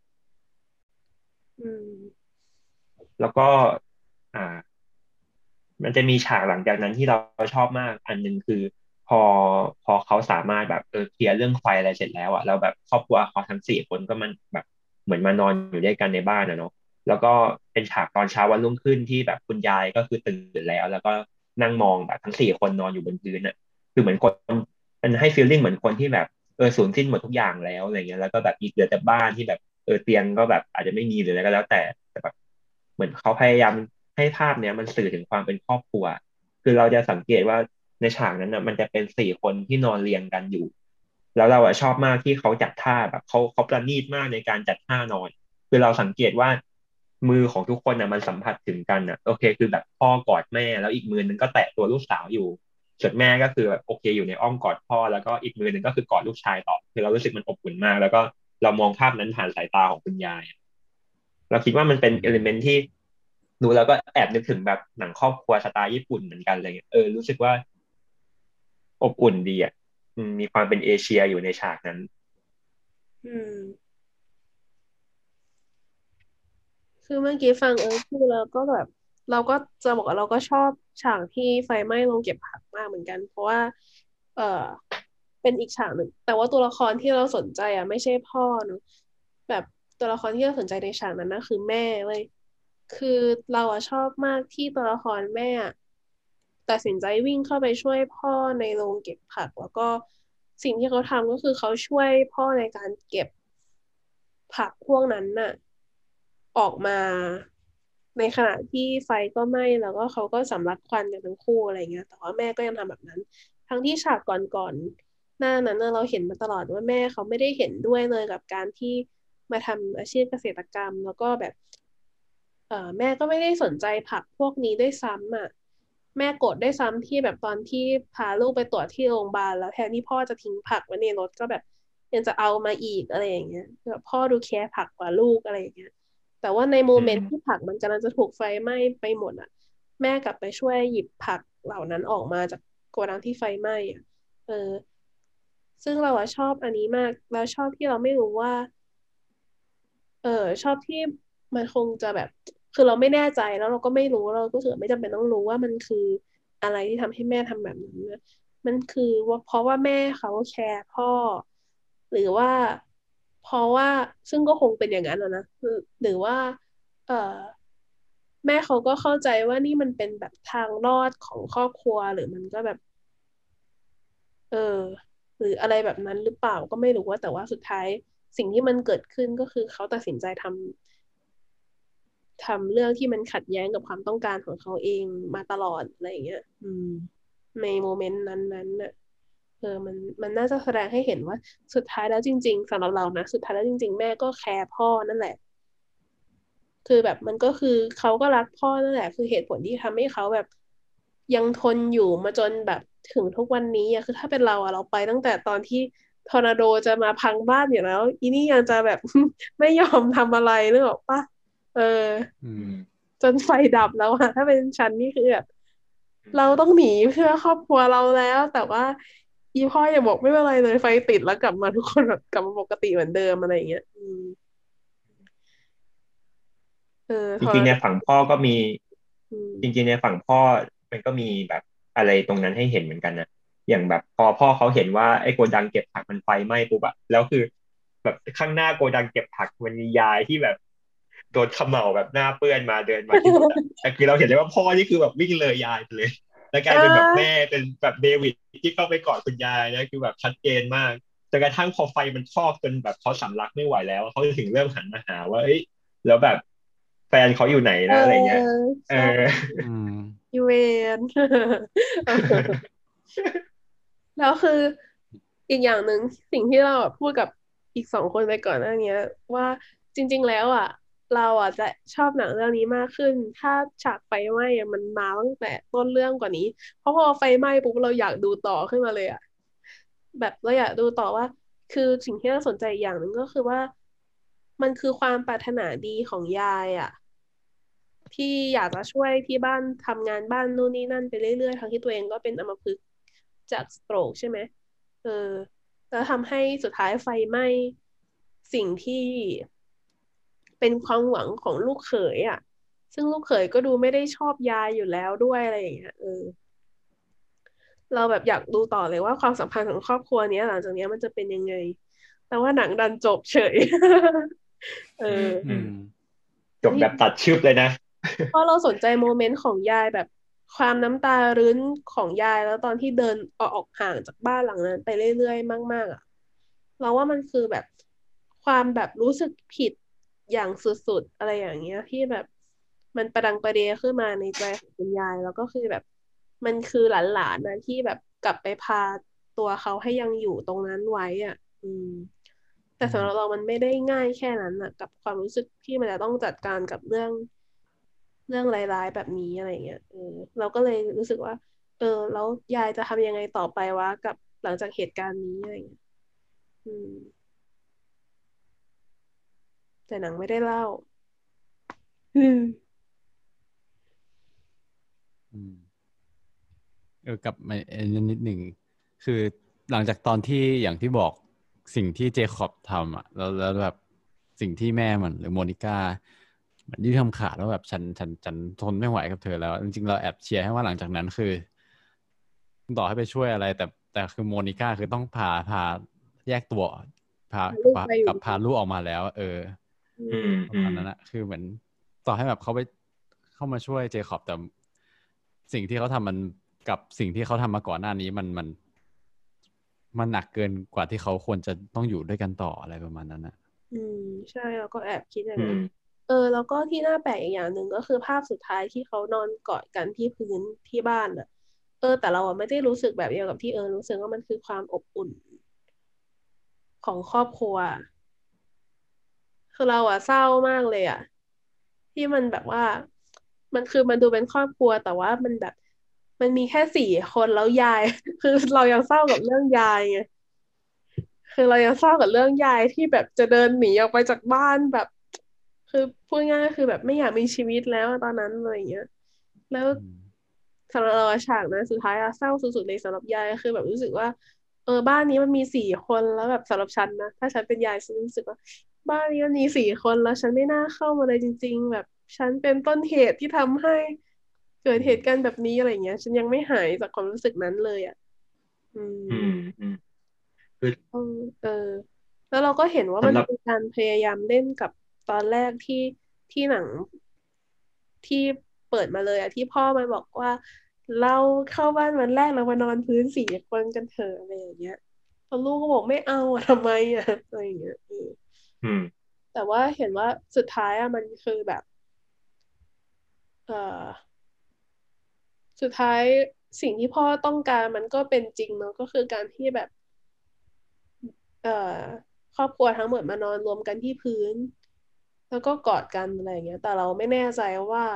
อืมแล้วก็อ่ามันจะมีฉากหลังจากนั้นที่เราชอบมากอันหนึ่งคือพอพอเขาสามารถแบบเคลียร์เรื่องไฟอะไรเสร็จแล้วอ่ะแล้วแบบครอบครัวเขาทั้งสี่คนก็มันแบบเหมือนมานอนอยู่ด้วยกันในบ้านนะเนาะแล้วก็เป็นฉากตอนเช้าวันรุ่งขึ้นที่แบบคุณยายก็คือตื่นแล้วก็นั่งมองแบบทั้งสี่คนนอนอยู่บนพื้นอ่ะคือเหมือนคนมันให้ฟีลลิ่งเหมือนคนที่แบบสูญสิ้นหมดทุกอย่างแล้วอะไรเงี้ยแล้วก็แบบอีกเหลือแต่บ้านที่แบบเตียงก็แบบอาจจะไม่มีหรืออะไรก็แล้วแต่แบบเหมือนเขาพยายาม ให้ภาพเนี้ยมันสื่อถึงความเป็นครอบครัว คือเราจะสังเกตว่าในฉากนั้นน่ะมันจะเป็นสี่คนที่นอนเรียงกันอยู่ แล้วเราอะชอบมากที่เขาจัดท่าแบบเขาประณีตมากในการจัดท่านอน คือเราสังเกตว่ามือของทุกคนน่ะมันสัมผัสถึงกันน่ะโอเคคือแบบพ่อกอดแม่แล้วอีกมือนึงก็แตะตัวลูกสาวอยู่ส่วนแม่ก็คือแบบโอเคอยู่ในอ้อมกอดพ่อแล้วก็อีกมือนึงก็คือกอดลูกชายต่อคือเรารู้สึกมันอบอุ่นมากแล้วก็เรามองภาพนั้นผ่านสายตาของคุณยาย เราคิดว่ามันเป็นอืมเอลิเมนที่ดูแล้วก็แอบนึกถึงแบบหนังครอบครัวสไตล์ญี่ปุ่นเหมือนกันอะไรเงี้ยรู้สึกว่าอบอุ่นดีอ่ะมีความเป็นเอเชียอยู่ในฉากนั้นอืมคือเมื่อกี้ฟังพูดแล้วก็แบบเราก็จะบอกว่าเราก็ชอบฉากที่ไฟไหม้โรงเก็บผักมากเหมือนกันเพราะว่าเออเป็นอีกฉากหนึ่งแต่ว่าตัวละครที่เราสนใจอ่ะไม่ใช่พ่อเนอะแบบตัวละครที่เราสนใจในฉากนั้นนะคือแม่เว้ยคือเราอะชอบมากที่ตัวละครแม่อะตัดสินใจวิ่งเข้าไปช่วยพ่อในโรงเก็บผักแล้วก็สิ่งที่เขาทำก็คือเขาช่วยพ่อในการเก็บผักพวกนั้นน่ะ ออกมาในขณะที่ไฟก็ไหม้แล้วก็เขาก็สำลักควันกันทั้งคู่อะไรเงี้ยแต่ว่าแม่ก็ยังทำแบบนั้นทั้งที่ฉากก่อนๆหน้านั้นน่ะเราเห็นมาตลอดว่าแม่เขาไม่ได้เห็นด้วยเลยกับการที่มาทำอาชีพเกษตรกรรมแล้วก็แบบแม่ก็ไม่ได้สนใจผักพวกนี้ด้วยซ้ำอ่ะแม่โกรธด้วยซ้ำที่แบบตอนที่พาลูกไปตรวจที่โรงพยาบาลแล้วแทนที่พ่อจะทิ้งผักไว้ในรถก็แบบยังจะเอามาอีกอะไรอย่างเงี้ยแบบพ่อดูแคร์ผักกว่าลูกอะไรอย่างเงี้ย แต่ว่าในโมอืมเมนต์ที่ผักมันกำลังจะถูกไฟไหม้ไปหมดอ่ะแม่กลับไปช่วยหยิบผักเหล่านั้นออกมาจากโกดังที่ไฟไหม้อ่ะเออซึ่งเราอะชอบอันนี้มากเราชอบที่เราไม่รู้ว่าเออชอบที่มันคงจะแบบคือเราไม่แน่ใจแล้วเราก็ไม่รู้เราก็รู้สึกไม่จำเป็นต้องรู้ว่ามันคืออะไรที่ทำให้แม่ทำแบบนั้นนะมันคือว่าเพราะว่าแม่เขาแคร์พ่อหรือว่าเพราะว่าซึ่งก็คงเป็นอย่างนั้นนะหรือว่าเออ แม่เขาก็เข้าใจว่านี่มันเป็นแบบทางรอดของครอบครัวหรือมันก็แบบเออหรืออะไรแบบนั้นหรือเปล่าก็ไม่รู้ว่าแต่ว่าสุดท้ายสิ่งที่มันเกิดขึ้นก็คือเขาตัดสินใจทำเรื่องที่มันขัดแย้งกับความต้องการของเขาเองมาตลอดอะไรอย่างเงี้ยในโมเมนต์นั้นน่ะมันน่าจะแสดงให้เห็นว่าสุดท้ายแล้วจริงๆสำหรับเรานะสุดท้ายแล้วจริงๆแม่ก็แคร์พ่อนั่นแหละ คือแบบมันก็คือเขาก็รักพ่อนั่นแหละคือเหตุผลที่ทำให้เขาแบบยังทนอยู่มาจนแบบถึงทุกวันนี้อะคือถ้าเป็นเราอะเราไปตั้งแต่ตอนที่ทอร์นาโดจะมาพังบ้านอยู่แล้วอีนี่ยังจะแบบไม่ยอมทำอะไรนึกออกปะเอออืมอืมจนไฟดับแล้วอะถ้าเป็นฉันนี่คือแบบเราต้องหนีเพื่อครอบครัวเราแล้ว แต่ว่าอีพ่ออย่าบอกไม่เป็นไรเลยไฟติดแล้วกลับมาทุกคนแบบกลับมาปกติเหมือนเดิมอะไรอย่างเงี้ยจริงๆในฝั่งพ่อก็มีอืมจริงๆในฝั่งพ่อมันก็มีแบบอะไรตรงนั้นให้เห็นเหมือนกันนะอย่างแบบพอพ่อเขาเห็นว่าไอ้โกดังเก็บผักมันไฟไหม้ปุ๊บอะแล้วคือแบบข้างหน้าโกดังเก็บผักมันมียายที่แบบโดนเขม่าแบบหน้าเปื้อนมาเดินมาที่รถอะแต่คือเราเห็นเลยว่าพ่อนี่คือแบบวิ่งเลยยายไปเลยแล้วกลายเป็นแบบแม่เป็นแบบเดวิดที่เข้าไปกอดคุณยายนะคือแบบชัดเจนมากจนกระทั่งพอไฟมันคลอกจนแบบเขาสำลักไม่ไหวแล้วเขาถึงเริ่มหันมาหาว่าเอ้ยแล้วแบบแฟนเขาอยู่ไหนนะอะไรเงี้ยเออใช่อืมอีเวน แล้วคืออีกอย่างหนึ่งสิ่งที่เราอะพูดกับอีก2 คนไปก่อนหน้านี้ว่าจริงๆแล้วอ่ะเราอ่ะจะชอบหนังเรื่องนี้มากขึ้นถ้าฉากไฟไหม้อะมันมาตั้งแต่ต้นเรื่องกว่านี้เพราะพอไฟไหม้ปุ๊บเราอยากดูต่อขึ้นมาเลยอ่ะแบบเราอยากดูต่อว่าคือสิ่งที่เราสนใจอีกอย่างหนึ่งก็คือว่ามันคือความปรารถนาดีของยายอ่ะที่อยากจะช่วยที่บ้านทำงานบ้านนู่นนี่นั่นไปเรื่อยๆทั้งที่ตัวเองก็เป็นอัมพฤกษ์จากสโตรกใช่ไหม เออแล้วทำให้สุดท้ายไฟไหม้สิ่งที่เป็นความหวังของลูกเขยอ่ะซึ่งลูกเขยก็ดูไม่ได้ชอบยายอยู่แล้วด้วยอะไรอย่างเงี้ยเราแบบอยากดูต่อเลยว่าความสัมพันธ์ของครอบครัวเนี้ยหลังจากเนี้ยมันจะเป็นยังไงแต่ว่าหนังดันจบเฉยเอออืมจบแบบตัดชึบเลยนะเพราะเราสนใจโมเมนต์ของยายแบบความน้ำตารื้นของยายแล้วตอนที่เดินออกห่างจากบ้านหลังนั้นไปเรื่อยๆมากๆอ่ะเราว่ามันคือแบบความแบบรู้สึกผิดอย่างสุดๆอะไรอย่างเงี้ยที่แบบมันประดังประเดขึ้นมาในใจของคุณยายแล้วก็คือแบบมันคือหลานๆนะที่แบบกลับไปพาตัวเขาให้ยังอยู่ตรงนั้นไว้อ่ะอืม แต่อืมสำหรับเรามันไม่ได้ง่ายแค่นั้นนะกับความรู้สึกที่มันจะต้องจัดการกับเรื่องร้ายๆแบบนี้อะไรเงี้ยเราก็เลยรู้สึกว่าแล้วยายจะทำยังไงต่อไปวะกับหลังจากเหตุการณ์นี้อะไรเงี้ยอืมแต่หนังไม่ได้เล่าอืมอืมกลับมานิดหนึ่งคือหลังจากตอนที่อย่างที่บอกสิ่งที่เจคอบทำอ่ะแล้วแบบสิ่งที่แม่มันหรือโมนิก้ามันยื่นคำขาดว่าแบบฉันทนไม่ไหวกับเธอแล้วจริงๆเราแอบเชียร์ให้ว่าหลังจากนั้นคือต่อให้ไปช่วยอะไรแต่คือโมนิก้าคือต้องพาแยกตัวพาลูกพาไปอยู่ดีกับพาลูกออกมาแล้วอือืมมประอืมมาณนั้นนะคือเหมือนต่อให้แบบเขาไปเข้ามาช่วยเจคอบแต่สิ่งที่เขาทำมันกับสิ่งที่เขาทำมาก่อนหน้านี้มันหนักเกินกว่าที่เขาควรจะต้องอยู่ด้วยกันต่ออะไรประมาณนั้นนะอืมใช่เราก็แอบคิดอย่างอืนั้นมแล้วก็ที่น่าแปลกอีกอย่างหนึ่งก็คือภาพสุดท้ายที่เขานอนกอดกันที่พื้นที่บ้านอ่ะแต่เราอะไม่ได้รู้สึกแบบเดียวกับที่รู้สึกว่ามันคือความอบอุ่นของครอบครัว คือเราอะเศร้ามากเลยอะที่มันแบบว่ามันดูเป็นครอบครัวแต่ว่ามันแบบมันมีแค่4 คนแล้วยายคือเรายังเศร้ากับเรื่องยายไงคือเรายังเศร้ากับเรื่องยายที่แบบจะเดินหนีออกไปจากบ้านแบบคือพูดง่ายๆคือแบบไม่อยากมีชีวิตแล้วตอนนั้นอะไรอย่างเงี้ยแล้วอืมสำหรับเราอะฉากนั้นสุดท้ายอะเศร้าสุดๆเลยสำหรับยายคือแบบรู้สึกว่าบ้านนี้มันมี4 คนแล้วแบบสำหรับฉันนะถ้าฉันเป็นยายฉันรู้สึกว่า บ้านนี้มันมี4 คนแล้วฉันไม่น่าเข้ามาเลยจริงๆแบบฉันเป็นต้นเหตุที่ทำให้เกิดอืมเหตุการณ์แบบนี้อะไรเงี้ยฉันยังไม่หายจากความรู้สึกนั้นเลยอ่ะอืมอืมอืมคือเออเออแล้วเราก็เห็นว่ามันสำหรับเป็นการพยายามเล่นกับตอนแรกที่หนังที่เปิดมาเลยอะที่พ่อมันบอกว่าเราเข้าบ้านวันแรกเรามานอนพื้น4 คนกันเถอะอะไรอย่างเงี้ยตอนลูกก็บอกไม่เอาอะทำไมอะอะไรอย่างเงี้ยอืมแต่ว่าเห็นว่าสุดท้ายอะมันคือแบบเอ่อ สุดท้ายสิ่งที่พ่อต้องการมันก็เป็นจริงเนาะก็คือการที่แบบเอ่อครอบครัวทั้งหมดมานอนรวมกันที่พื้นแล้วก็กอดกันอะไรอย่างเงี้ยแต่เราไม่แน่ใจว่า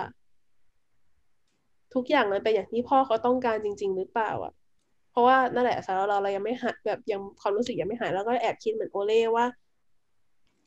ทุกอย่างมันเป็นอย่างที่พ่อเขาต้องการจริงๆหรือเปล่าอ่ะเพราะว่านั่นแหละสำหรับเรายังไม่หายแบบยังความรู้สึกยังไม่หายแล้วก็แอบคิดเหมือนโอเล่ว่า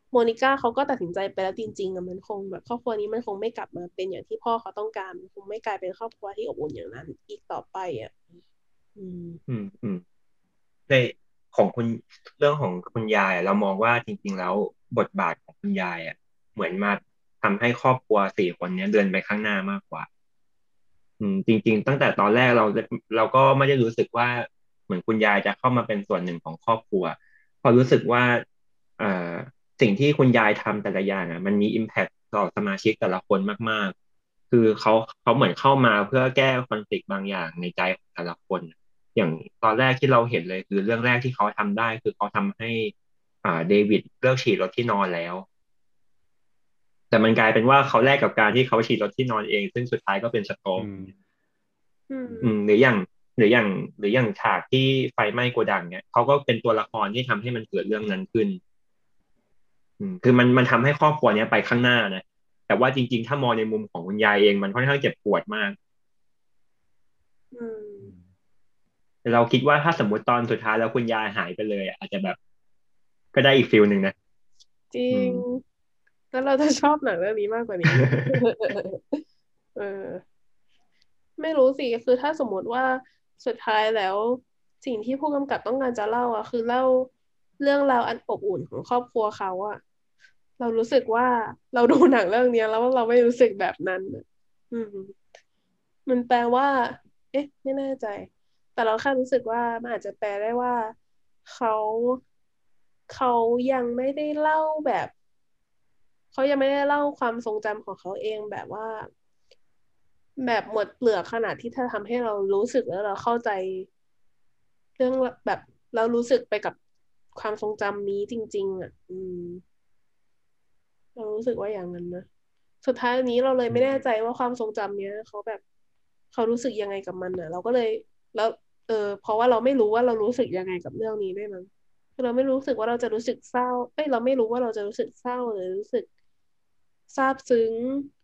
โมนิก้าเขาก็ตัดสินใจไปแล้วจริงๆอะมันคงแบบครอบครัวนี้มันคงไม่กลับมาเป็นอย่างที่พ่อเขาต้องการมันคงไม่กลายเป็นครอบครัวที่อบอุ่นอย่างนั้นอีกต่อไปอ่ะอืมอืมในของคุณเรื่องของคุณยายอะเรามองว่าจริงๆแล้วบทบาทของคุณยายอ่ะเหมือนมาทำให้ครอบครัว4 คนเนี้ยเดินไปข้างหน้ามากกว่าจริงๆตั้งแต่ตอนแรกเราก็ไม่ได้รู้สึกว่าเหมือนคุณยายจะเข้ามาเป็นส่วนหนึ่งของครอบครัวพอรู้สึกว่าเอ่อสิ่งที่คุณยายทำแต่ละอย่างอ่ะมันมีอิมแพคต่อสมาชิกแต่ละคนมากๆคือเขาเหมือนเข้ามาเพื่อแก้คอนฟลิกต์บางอย่างในใจของแต่ละคน อย่างตอนแรกที่เราเห็นเลยคือเรื่องแรกที่เขาทำได้คือเขาทำให้เดวิดเลิกฉี่รถที่นอนแล้วแต่มันกลายเป็นว่าเขาแลกกับการที่เขาฉี่รถที่นอนเองซึ่งสุดท้ายก็เป็นสโตรกอืมหรืออย่างหรืออย่างฉากที่ไฟไหม้โกดังเนี่ยเขาก็เป็นตัวละครที่ทำให้มันเกิดเรื่องนั้นขึ้นคือมันทำให้ครอบครัวเนี้ยไปข้างหน้านะแต่ว่าจริงๆถ้ามองในมุมของคุณยายเองมันค่อนข้างเจ็บปวดมากอืมแต่เราคิดว่าถ้าสมมติตอนสุดท้ายแล้วคุณยายหายไปเลยอะอาจจะแบบก็ได้อีกฟิลหนึ่งนะจริงอืมแล้วเราจะชอบหนังเรื่องนี้มากกว่านี้เออไม่รู้สิคือถ้าสมมติว่าสุดท้ายแล้วสิ่งที่ผู้กำกับต้องการจะเล่าอ่ะคือเล่าเรื่องราวอันอบอุ่นของครอบครัวเขาอ่ะเรารู้สึกว่าเราดูหนังเรื่องเนี้ยแล้วเราไม่รู้สึกแบบนั้นอะอืมมันแปลว่าเอ๊ะไม่แน่ใจแต่เราแค่รู้สึกว่ามันอาจจะแปลได้ว่าเขาเขายังไม่ได้เล่าแบบเขายังไม่ได้เล่าความทรงจำของเขาเองแบบว่า แบบหมดเปลือกขนาดที่ถ้าทำให้เรารู้สึกแล้วเราเข้าใจเรื่องแบบเรารู้สึกไปกับความทรงจำนี้จริงๆอ่ะเรารู้สึกว่าอย่างนั้นนะสุดท้ายนี้เราเลยไม่แน่ใจว่าความทรงจำเนี้ยเขาแบบเขารู้สึกยังไงกับมันอ่ะเราก็เลยแล้วเพราะว่าเราไม่รู้ว่าเรารู้สึกยังไงกับเรื่องนี้ด้วยมั้งคือเราไม่รู้สึกว่าเราจะรู้สึกเศร้าเอ้ยเราไม่รู้ว่าเราจะรู้สึกเศร้าหรือรู้สึกซาบซึ้ง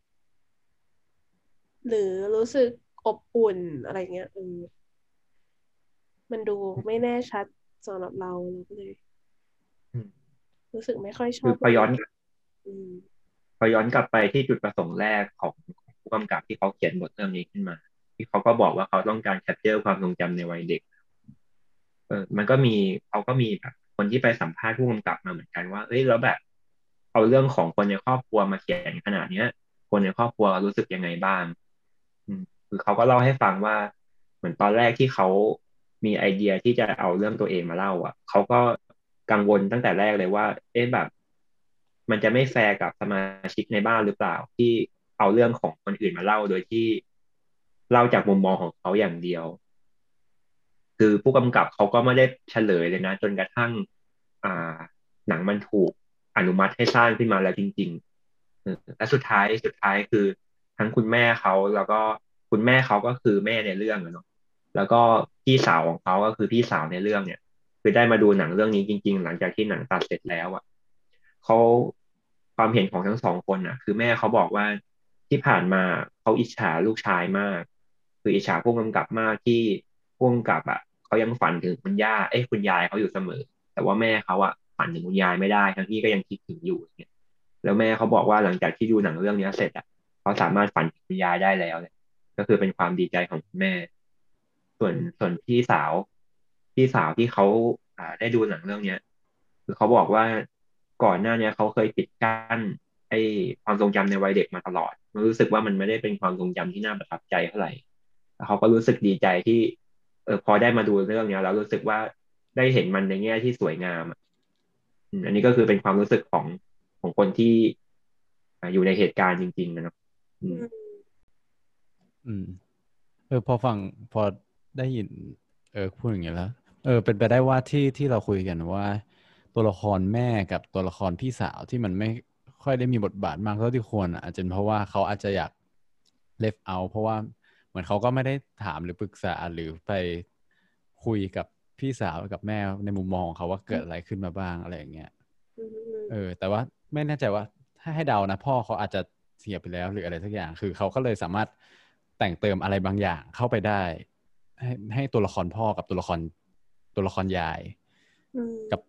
หรือรู้สึกอบอุ่นอะไรเงี้ยมันดูไม่แน่ชัดสำหรับเราก็เลยรู้สึกไม่ค่อยชคืออบเรื่องนี้อืมพอย้อนกลับไปที่จุดประสงค์แรกของผู้กำกับที่เขาเขียนบทเรื่องนี้ขึ้นมาที่เขาก็บอกว่าเขาต้องการแคปเจอร์ความทรงจำในวัยเด็กมันก็มีเขาก็มีแบบคนที่ไปสัมภาษณ์ผู้กำกับมาเหมือนกันว่าเอ้ยแล้วแบบเอาเรื่องของคนในครอบครัวมาเขียนขนาดเนี้ยคนในครอบครัวรู้สึกยังไงบ้างคือเขาก็เล่าให้ฟังว่าเหมือนตอนแรกที่เขามีไอเดียที่จะเอาเรื่องตัวเองมาเล่าอ่ะเขาก็กังวลตั้งแต่แรกเลยว่าเอ๊ะแบบ มันจะไม่แฟร์กับสมาชิกในบ้านหรือเปล่าที่เอาเรื่องของคนอื่นมาเล่าโดยที่เล่าจากมุมมองของเขาอย่างเดียวคือผู้กำกับเขาก็ไม่ได้เฉลยเลยนะจนกระทั่งอ่าหนังมันถูกอนุมัติให้สร้างขึ้นมาแล้วจริงๆและสุดท้ายคือทั้งคุณแม่เขาแล้วก็คุณแม่เขาก็คือแม่ในเรื่องอะเนาะแล้วก็พี่สาวของเขาก็คือพี่สาวในเรื่องเนี่ยคือได้มาดูหนังเรื่องนี้จริงๆหลังจากที่หนังตัดเสร็จแล้วอ่ะ เขาความเห็นของทั้ง2 คนน่ะคือแม่เขาบอกว่าที่ผ่านมาเขาอิจฉาลูกชายมากคืออิจฉาผู้กำกับมากที่ผู้กำกับอ่ะเขายังฝันถึงคุณยายเขาอยู่เสมอแต่ว่าแม่เขาอ่ะฝันถึงคุณยายไม่ได้ทั้งที่ก็ยังคิดถึงอยู่เนี่ยแล้วแม่เขาบอกว่าหลังจากที่ดูหนังเรื่องนี้เสร็จอ่ะเขาสามารถฝันถึงคุณยายได้แล้วเนี่ยก็คือเป็นความดีใจของคุณแม่ส่วนพี่สาวที่เขาได้ดูหนังเรื่องเนี้ยคือเขาบอกว่าก่อนหน้าเนี้ยเขาเคยปิดกั้นไอ้ความทรงจำในวัยเด็กมาตลอดมันรู้สึกว่ามันไม่ได้เป็นความทรงจำที่น่าประทับใจเท่าไหร่แล้วเขาก็รู้สึกดีใจที่พอได้มาดูเรื่องเนี้ยแล้วรู้สึกว่าได้เห็นมันในแง่ที่สวยงามอะอันนี้ก็คือเป็นความรู้สึกของคนที่อยู่ในเหตุการณ์จริงๆนะครับอืมอืมพอได้ยินพูดอย่างเงี้ยแล้วเป็นไปได้ว่าที่เราคุยกันว่าตัวละครแม่กับตัวละครพี่สาวที่มันไม่ค่อยได้มีบทบาทมากเท่าที่ควรอาจจะเป็นเพราะว่าเขาอาจจะอยาก left out เพราะว่าเหมือนเขาก็ไม่ได้ถามหรือปรึกษาหรือไปคุยกับพี่สาวกับแม่ในมุมมองของเขาว่าเกิดอะไรขึ้นมาบ้างอะไรอย่างเงี้ยอืมแต่ว่าไม่แน่ใจว่าถ้าให้เดานะพ่อเขาอาจจะเสียไปแล้วหรืออะไรสักอย่างคือเขาก็เลยสามารถแต่งเติมอะไรบางอย่างเข้าไปได้ให้ตัวละครพ่อกับตัวละครยายอืกับม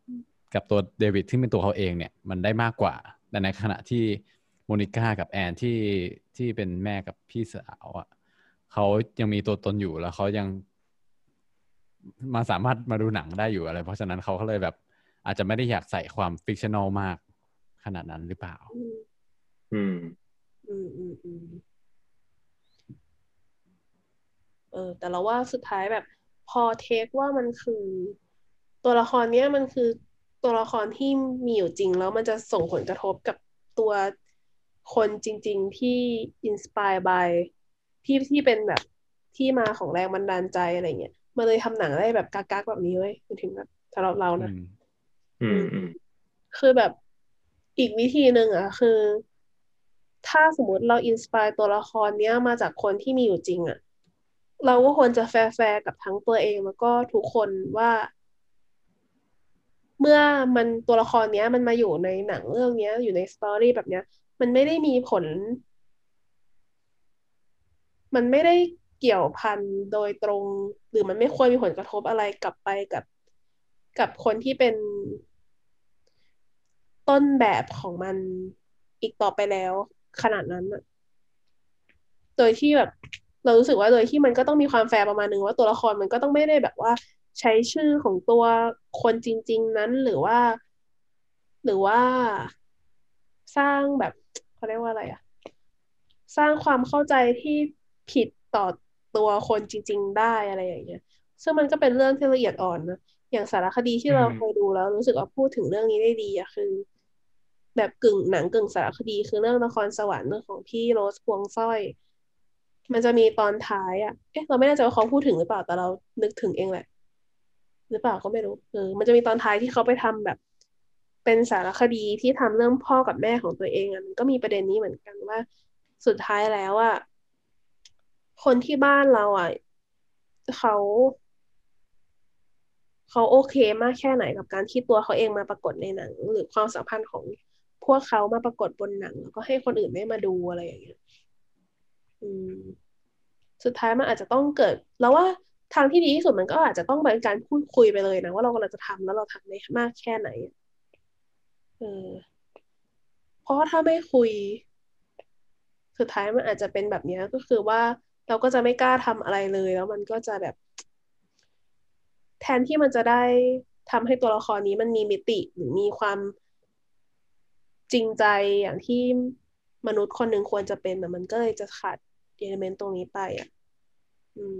กับตัวเดวิดที่เป็นตัวเขาเองเนี่ยมันได้มากกว่าแต่ในขณะที่โมนิก้ากับแอนที่เป็นแม่กับพี่สาวอ่ะเขายังมีตัวตนอยู่แล้วเขายังสามารถมาดูหนังได้อยู่อะไรเพราะฉะนั้นเขาก็เลยแบบอาจจะไม่ได้อยากใส่ความฟิกชันนอลมากขนาดนั้นหรือเปล่าอืมแต่เราว่าสุดท้ายแบบพอเทคว่ามันคือตัวละครเนี้ยมันคือตัวละครที่มีอยู่จริงแล้วมันจะส่งผลกระทบกับตัวคนจริงๆที่อินสปายบายที่เป็นแบบที่มาของแรงบันดาลใจอะไรเงี้ยมันเลยทำหนังได้แบบกักๆแบบนี้เว้ยถึงแบบสำหรับเรานะคือแบบอีกวิธีหนึ่งอ่ะคือถ้าสมมติเราอินสปายตัวละครเนี้ยมาจากคนที่มีอยู่จริงอ่ะเราก็ควรจะแฟร์กับทั้งตัวเองแล้วก็ทุกคนว่าเมื่อมันตัวละครเนี้ยมันมาอยู่ในหนังเรื่องเนี้ยอยู่ในสตอรี่แบบเนี้ยมันไม่ได้มีผลมันไม่ได้เกี่ยวพันโดยตรงหรือมันไม่ควรมีผลกระทบอะไรกลับไปกับคนที่เป็นต้นแบบของมันอีกต่อไปแล้วขนาดนั้นอะโดยที่แบบเรารู้สึกว่าโดยที่มันก็ต้องมีความแฟร์ประมาณนึงว่าตัวละครมันก็ต้องไม่ได้แบบว่าใช้ชื่อของตัวคนจริงๆนั้นหรือว่าสร้างแบบเขาเรียกว่าอะไรอะสร้างความเข้าใจที่ผิดต่อตัวคนจริงๆได้อะไรอย่างเงี้ยซึ่งมันก็เป็นเรื่องที่ละเอียดอ่อนนะอย่างสารคดีที่เราเคยดูแล้วรู้สึกว่าพูดถึงเรื่องนี้ได้ดีอะคือแบบกึ่งหนังกึ่งสารคดีคือเรื่องนครสวรรค์เรื่องของพี่โรสพวงสร้อยมันจะมีตอนท้ายอะเราไม่แน่ใจว่าเขาพูดถึงหรือเปล่าแต่เรานึกถึงเองแหละหรือเปล่าก็ไม่รู้มันจะมีตอนท้ายที่เขาไปทำแบบเป็นสารคดีที่ทำเรื่องพ่อกับแม่ของตัวเองอะมันก็มีประเด็นนี้เหมือนกันว่าสุดท้ายแล้วอะคนที่บ้านเราอะเขาเขาโอเคมากแค่ไหนกับการที่ตัวเขาเองมาปรากฏในหนังหรือความสัมพันธ์ของพวกเขามาปรากฏบนหนังแล้วก็ให้คนอื่นได้มาดูอะไรอย่างเงี้ยอืม สุดท้ายมันอาจจะต้องเกิดแล้วว่าทางที่ดีที่สุดมันก็อาจจะต้องเป็นการพูดคุยไปเลยนะว่าเรากำลังจะทำแล้วเราทำได้มากแค่ไหนเออเพราะว่าถ้าไม่คุยสุดท้ายมันอาจจะเป็นแบบนี้ก็คือว่าเราก็จะไม่กล้าทำอะไรเลยแล้วมันก็จะแบบแทนที่มันจะได้ทำให้ตัวละครนี้มันมีมิติหรือมีความจริงใจอย่างที่มนุษย์คนหนึ่งควรจะเป็นแต่มันก็เลยจะขาดเอลิเมนต์ตรงนี้ไปอ่ะอืม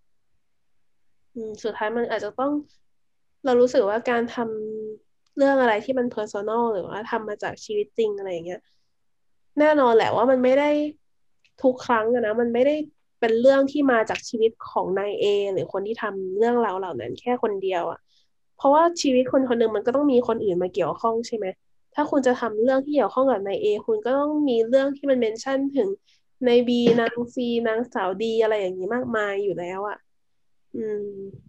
สุดท้ายมันอาจจะต้องเรารู้สึกว่าการทำเรื่องอะไรที่มันเพอร์ซันอลหรือว่าทำมาจากชีวิตจริงอะไรอย่างเงี้ยแน่นอนแหละว่ามันไม่ได้ทุกครั้งอะนะมันไม่ได้เป็นเรื่องที่มาจากชีวิตของนายเอหรือคนที่ทำเรื่องราวเหล่านั้นแค่คนเดียวอะเพราะว่าชีวิตคนคนหนึ่งมันก็ต้องมีคนอื่นมาเกี่ยวข้องใช่ไหมถ้าคุณจะทำเรื่องที่เกี่ยวข้องกับนายเอคุณก็ต้องมีเรื่องที่มันเมนชั่นถึงนายบีนางซีนางสาวดีอะไรอย่างนี้มากมายอยู่แล้วอะอืม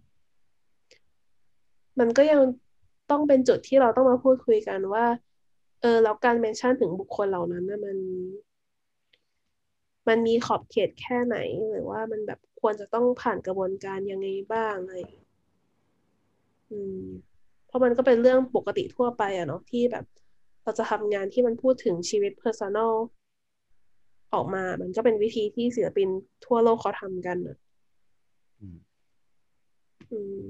มันก็ยังต้องเป็นจุดที่เราต้องมาพูดคุยกันว่าแล้วการเมนชั่นถึงบุคคลเหล่านั้นนะมันมีขอบเขตแค่ไหนหรือว่ามันแบบควรจะต้องผ่านกระบวนการยังไงบ้างอะไรอืมเพราะมันก็เป็นเรื่องปกติทั่วไปอะเนาะที่แบบเราจะทำงานที่มันพูดถึงชีวิตเพอร์ซันอลออกมามันก็เป็นวิธีที่ศิลปินทั่วโลกเขาทำกันอะอืมอืม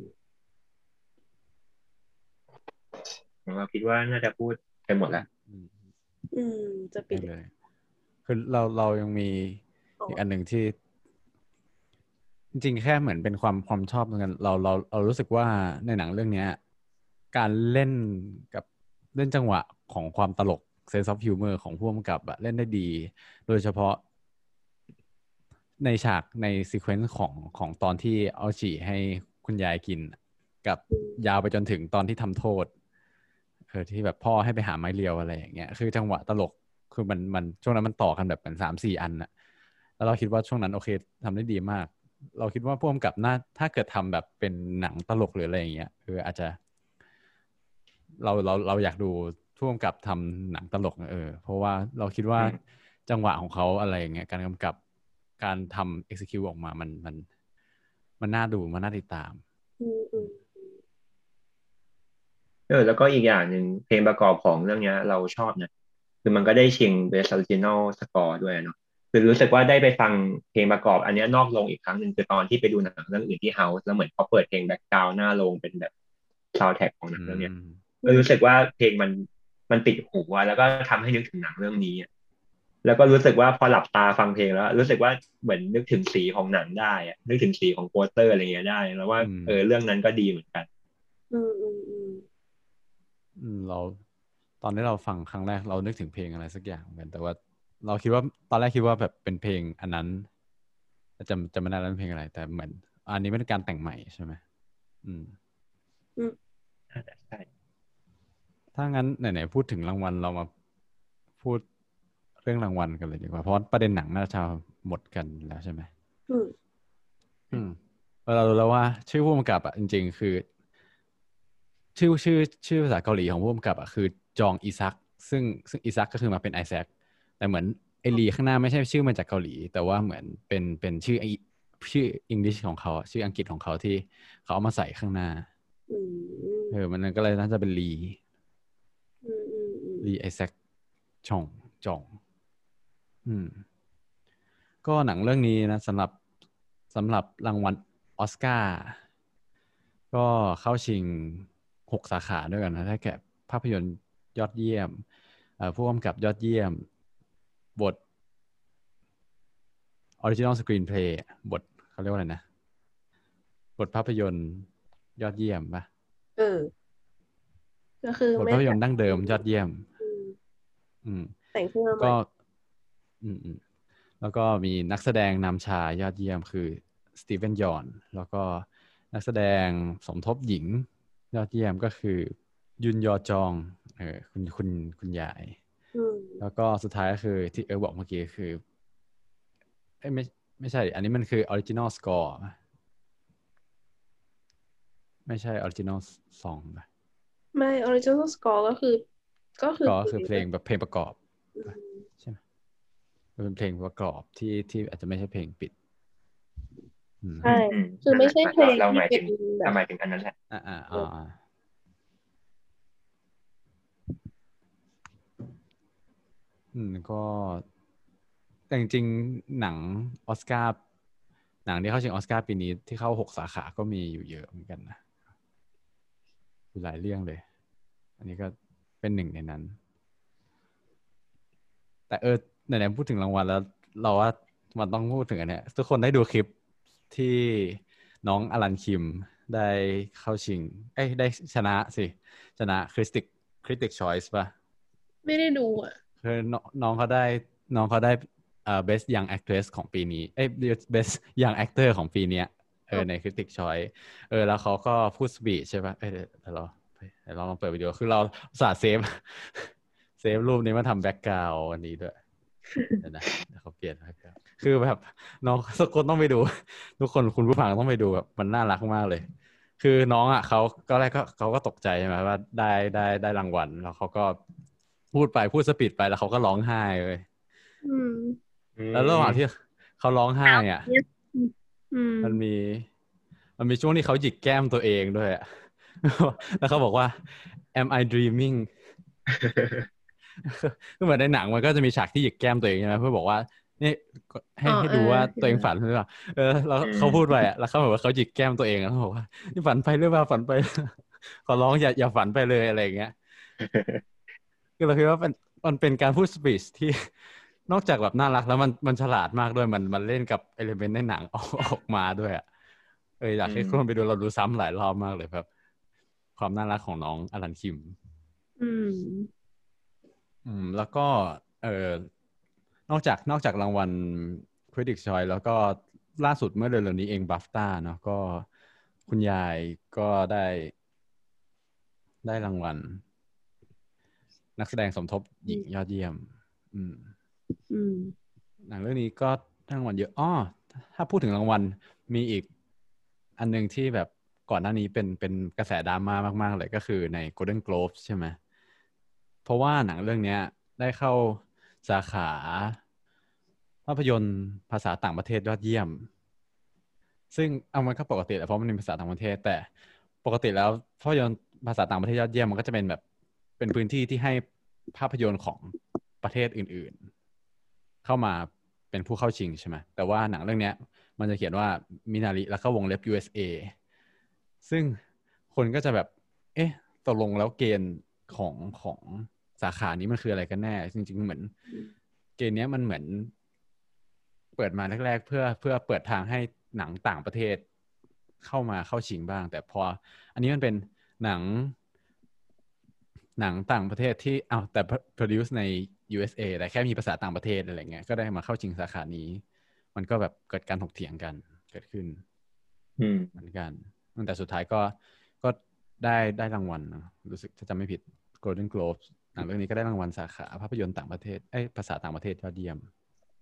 เราคิดว่าน่าจะพูดไปหมดแล้วอืมอืมจะปิดได้เลยคือเรายังมีอ๋ออีกอันหนึ่งที่จริงๆแค่เหมือนเป็นความชอบเหมือนกันเรารู้สึกว่าในหนังเรื่องเนี้ยการเล่นกับเล่นจังหวะของความตลก sense of humor ของผู้กำกับอะเล่นได้ดีโดยเฉพาะในฉากในซีเควนซ์ของตอนที่เอาฉี่ให้คุณยายกินกับอืมยาวไปจนถึงตอนที่ทำโทษที่แบบพ่อให้ไปหาไม้เรียวอะไรอย่างเงี้ยคือจังหวะตลกคือมันช่วงนั้นมันต่อกันแบบเป็น3-4อันน่ะแล้วเราคิดว่าช่วงนั้นโอเคทำได้ดีมากเราคิดว่าผู้กำกับน่าถ้าเกิดทำแบบเป็นหนังตลกหรืออะไรอย่างเงี้ยอาจจะเราอยากดูผู้กำกับทำหนังตลกเพราะว่าเราคิดว่าจังหวะของเขาอะไรอย่างเงี้ยการกำกับการทำ execute ออกมามันน่าดูมันน่าติดตามอืมแล้วก็อีกอย่างหนึ่งเพลงประกอบของเรื่องเนี้ยเราชอบนะคือมันก็ได้ชิง Best Original Score ด้วยเนาะคือรู้สึกว่าได้ไปฟังเพลงประกอบอันเนี้ยนอกโรงอีกครั้งหนึ่งคือตอนที่ไปดูหนังเรื่องอื่นที่เฮาส์แล้วเหมือนเขาเปิดเพลงแบ็คกราวด์หน้าโรงเป็นแบบซาวด์แทร็กของหนังอืเรื่องเนี้ยมก็รู้สึกว่าเพลงมันติดหูอะแล้วก็ทำให้นึกถึงหนังเรื่องนี้อะแล้วก็รู้สึกว่าพอหลับตาฟังเพลงแล้วรู้สึกว่าเหมือนนึกถึงสีของหนังได้อะนึกถึงสีของโปสเตอร์อะไรเงี้ยได้แล้วว่าอืมเรื่องนั้นก็ดีเหมือนกันอืมอืมอืมเราตอนที่เราฟังครั้งแรกเรานึกถึงเพลงอะไรสักอย่างเหมือนกันแต่ว่าเราคิดว่าตอนแรกคิดว่าแบบเป็นเพลงอันนั้นจำไม่ได้แล้วเป็นเพลงอะไรแต่เหมือนอันนี้เป็นการแต่งใหม่ใช่ไหมอืมอืมใช่ถ้างั้นไหนๆพูดถึงรางวัลเรามาพูดเรื่องรางวัลกันเลยดีกว่าเพราะประเด็นหนังน่าจะหมดกันแล้วใช่ไหมอืมอืมเรารู้แล้วว่าชื่อผู้กำกับอ่ะจริงๆคือชื่อภาษาเกาหลีของผู้กำกับอ่ะคือจองอีซักซึ่งอีซักก็คือมาเป็นไอแซคแต่เหมือนไอลีข้างหน้าไม่ใช่ชื่อมาจากเกาหลีแต่ว่าเหมือนเป็นชื่ออังกฤษของเขาอะชื่ออังกฤษของเขาที่เขาเอามาใส่ข้างหน้าอืมมันก็เลยน่าจะเป็นอืมอืมอืมลีไอแซคชองจองอืม ก็หนังเรื่องนี้นะสำหรับรางวัลออสการ์ก็เข้าชิง6 สาขาด้วยกันนะได้แก่ภาพยนตร์ยอดเยี่ยมผู้กำกับยอดเยี่ยมบทออริจินอลสกรีนเพลย์บทเขาเรียกว่าอะไรนะบทภาพยนตร์ยอดเยี่ยมปะเออก็คือบทภาพยนตร์ดั้งเดิอืมยอดเยี่ยมมอืมแต่งขึ้นมาใหม่ก็อืมแล้วก็มีนักแสดงนำชายยอดเยี่ยมคือสตีเฟนยอนแล้วก็นักแสดงสมทบหญิงยอดเยี่ยมก็คือยุนยอจองคุณยายอืมแล้วก็สุดท้ายก็คือที่บอกเมื่อกี้คือเอ้ยไม่ใช่อันนี้มันคือออริจินอลสกอร์ไม่ใช่ออริจินอลซองป่ะไม่ original score ก็คือก็คือเพลก็คือเพลงงแบบเพลงประกอบอืป่ะมใช่ไหมมันเป็นเพลงประกอบที่อาจจะไม่ใช่เพลงปิดอืมใช่อืมคือนั่นแหละไม่ใช่เพลงเราหที่เป็นมายถึงแบบเราหมายถึงอันนั้นแหละอ่าก็แต่จริงๆออสการ์หนังที่เข้าชิงออสการ์ปีนี้ที่เข้า6 สาขาก็มีอยู่เยอะเหมือนกันนะมีหลายเรื่องเลย อันนี้ก็เป็นหนึ่งในนั้น แต่ไหนๆพูดถึงรางวัลแล้วเราว่ามันต้องพูดถึงอันเนี้ยทุกคนได้ดูคลิปที่น้องอลันคิมได้เข้าชิงได้ชนะสิชนะคริติกชอยส์ป่ะไม่ได้ดูอ่ะคือน้องเขาได้best young actress ของปีนี้best young actor ของปีเนี้ยใน Critic Choice แล้วเขาก็พูดสปีชใช่ป่ะเดี๋ยวเราลองเปิดวิดีโอคือเราอุตส่าห์เซฟรูปนี้มาทำแบ็กกราวด์อันนี้ด้วยเดี๋ยวนะเดี๋ยวเขาเปลี่ยนแบ็กกราวด์คือแบบน้องสกลต้องไปดูทุกคนคุณผู้ฟังต้องไปดูแบบมันน่ารักมากเลย คือน้องอ่ะเขาก็ตกใจใช่ไหมว่าได้รางวัลแล้วเขาก็พูดสปีดไปแล้วเขาก็ร้องไห้เลยอืมอืแล้วระหว่างที่มเขาร้องไห้อ่ะเนี่ยอืมมันมีมันมีช่วงที่เขาหยิกแก้มตัวเองด้วยอ่ะแล้วเขาบอกว่า am I dreaming ก็เหมือนในหนังมันก็จะมีฉากที่หยิกแก้มตัวเองใช่ไหมเพื่อบอกว่านี่ให้อ๋อให้ดูว่าตัวเองฝันหรือเปล่าแล้วอืเขาพูดไปมอ่ะแล้วเขาบอกว่าเขาหยิกแก้มตัวเองแล้วเขาบอกว่านี่ฝันไปหรือเปล่าฝันไป ขอร้องอย่าฝันไปเลยอะไรอย่างเงี้ยคือเราคิดว่ามันเป็นการพูดสปีชที่นอกจากแบบน่ารักแล้วมันฉลาดมากด้วยมันเล่นกับเอลิเมนต์ในหนังออกมาด้วยอ่ะอยากอืให้คนไปมดูเราดูซ้ำหลายรอบมากเลยแบบความน่ารักของน้องอลันคิมอืมแล้วก็เออนอกจากรางวัล Critics' Choice แล้วก็ล่าสุดเมื่อเร็วๆนี้เองบัฟต้าเนาะก็คุณยายก็ได้รางวัลนักแสดงสมทบหญิงยอดเยี่ยมอืมอืมหนังเรื่องนี้ก็ได้รางวัลเยอะถ้าพูดถึงรางวัลมีอีกอันหนึงที่แบบก่อนหน้านี้เป็นกระแสดราม่ามากๆเลยก็คือใน Golden Globes ใช่ไหมเพราะว่าหนังเรื่องนี้ได้เข้าสาขาภาพยนตร์ภาษาต่างประเทศยอดเยี่ยมซึ่งเอามันก็ปกติแหละเพราะมันเป็นภาษาต่างประเทศแต่ปกติแล้วภาพยนตร์ภาษาต่างประเทศยอดเยี่ยมมันก็จะเป็นแบบเป็นพื้นที่ที่ให้ภาพยนตร์ของประเทศอื่นๆเข้ามาเป็นผู้เข้าชิงใช่ไหมแต่ว่าหนังเรื่องเนี้ยมันจะเขียนว่ามินาริแล้วก็วงเล็บ USA ซึ่งคนก็จะแบบเอ๊ะตกลงแล้วเกณฑ์ของสาขานี้มันคืออะไรกันแน่จริงๆเหมือนเกณฑ์เนี้ยมันเหมือนเปิดมาแรกๆเพื่อเปิดทางให้หนังต่างประเทศเข้าชิงบ้างแต่พออันนี้มันเป็นหนังต่างประเทศที่แต่ produce ใน USA แต่แค่มีภาษาต่างประเทศอะไรเงี้ยก็ได้มาเข้าชิงสาขานี้มันก็แบบเกิดการถกเถียงกันเกิดขึ้นเหมือนกันแต่สุดท้ายก็ได้รางวัลนะรู้สึกถ้าจำไม่ผิด Golden Globe หนังเรื่องนี้ก็ได้รางวัลสาขาภาพยนตร์ต่างประเทศภาษาต่างประเทศยอดเยี่ยมไป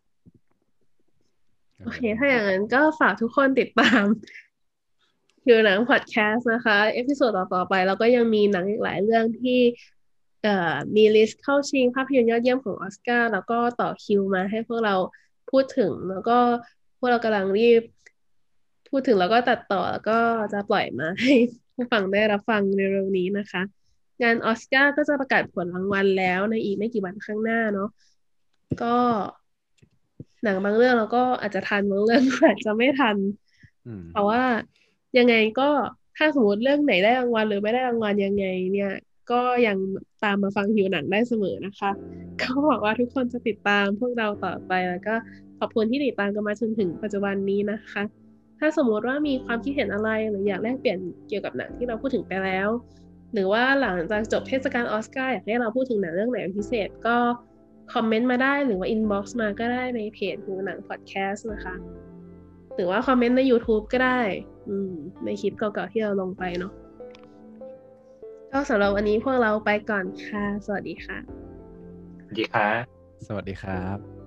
โอเคถ้าอย่างนั้นก็ฝากทุกคนติดตามคือหนังพอดแคสต์นะคะเอพิโซดต่อไปแล้วก็ยังมีหนังอีกหลายเรื่องที่มีลิสต์เข้าชิงภาพยนตร์ยอดเยี่ยมของออสการ์แล้วก็ต่อคิวมาให้พวกเราพูดถึงแล้วก็พวกเรากำลังรีบพูดถึงแล้วก็ตัดต่อแล้วก็จะปล่อยมาให้ผู้ฟังได้รับฟังในเร็วนี้นะคะงานออสการ์ก็จะประกาศผลรางวัลแล้วในอีกไม่กี่วันข้างหน้าเนาะก็หนังบางเรื่องเราก็อาจจะทันบางเรื่องอาจจะไม่ทันแต่ว่ายังไงก็ถ้าสมมติเรื่องไหนได้รางวัลหรือไม่ได้รางวัลยังไงเนี่ยก็ยังตามมาฟังหิวหนังได้เสมอนะคะก็หวังว่าทุกคนจะติดตามพวกเราต่อไปแล้วก็ขอบคุณที่ติดตามกันมาจนถึงปัจจุบันนี้นะคะถ้าสมมติว่ามีความคิดเห็นอะไรหรืออยากแลกเปลี่ยนเกี่ยวกับหนังที่เราพูดถึงไปแล้วหรือว่าหลังจากจบเทศกาลออสการ์อยากให้เราพูดถึงหนังเรื่องไหนเป็นพิเศษก็คอมเมนต์มาได้หรือว่าอินบ็อกซ์มาก็ได้ในเพจหิวหนังพอดแคสต์นะคะหรือว่าคอมเมนต์ใน YouTube ก็ได้ในคลิปเก่าๆที่เราลงไปเนาะก็สำหรับวันนี้พวกเราไปก่อนค่ะสวัสดีค่ะสวัสดีครับสวัสดีครับ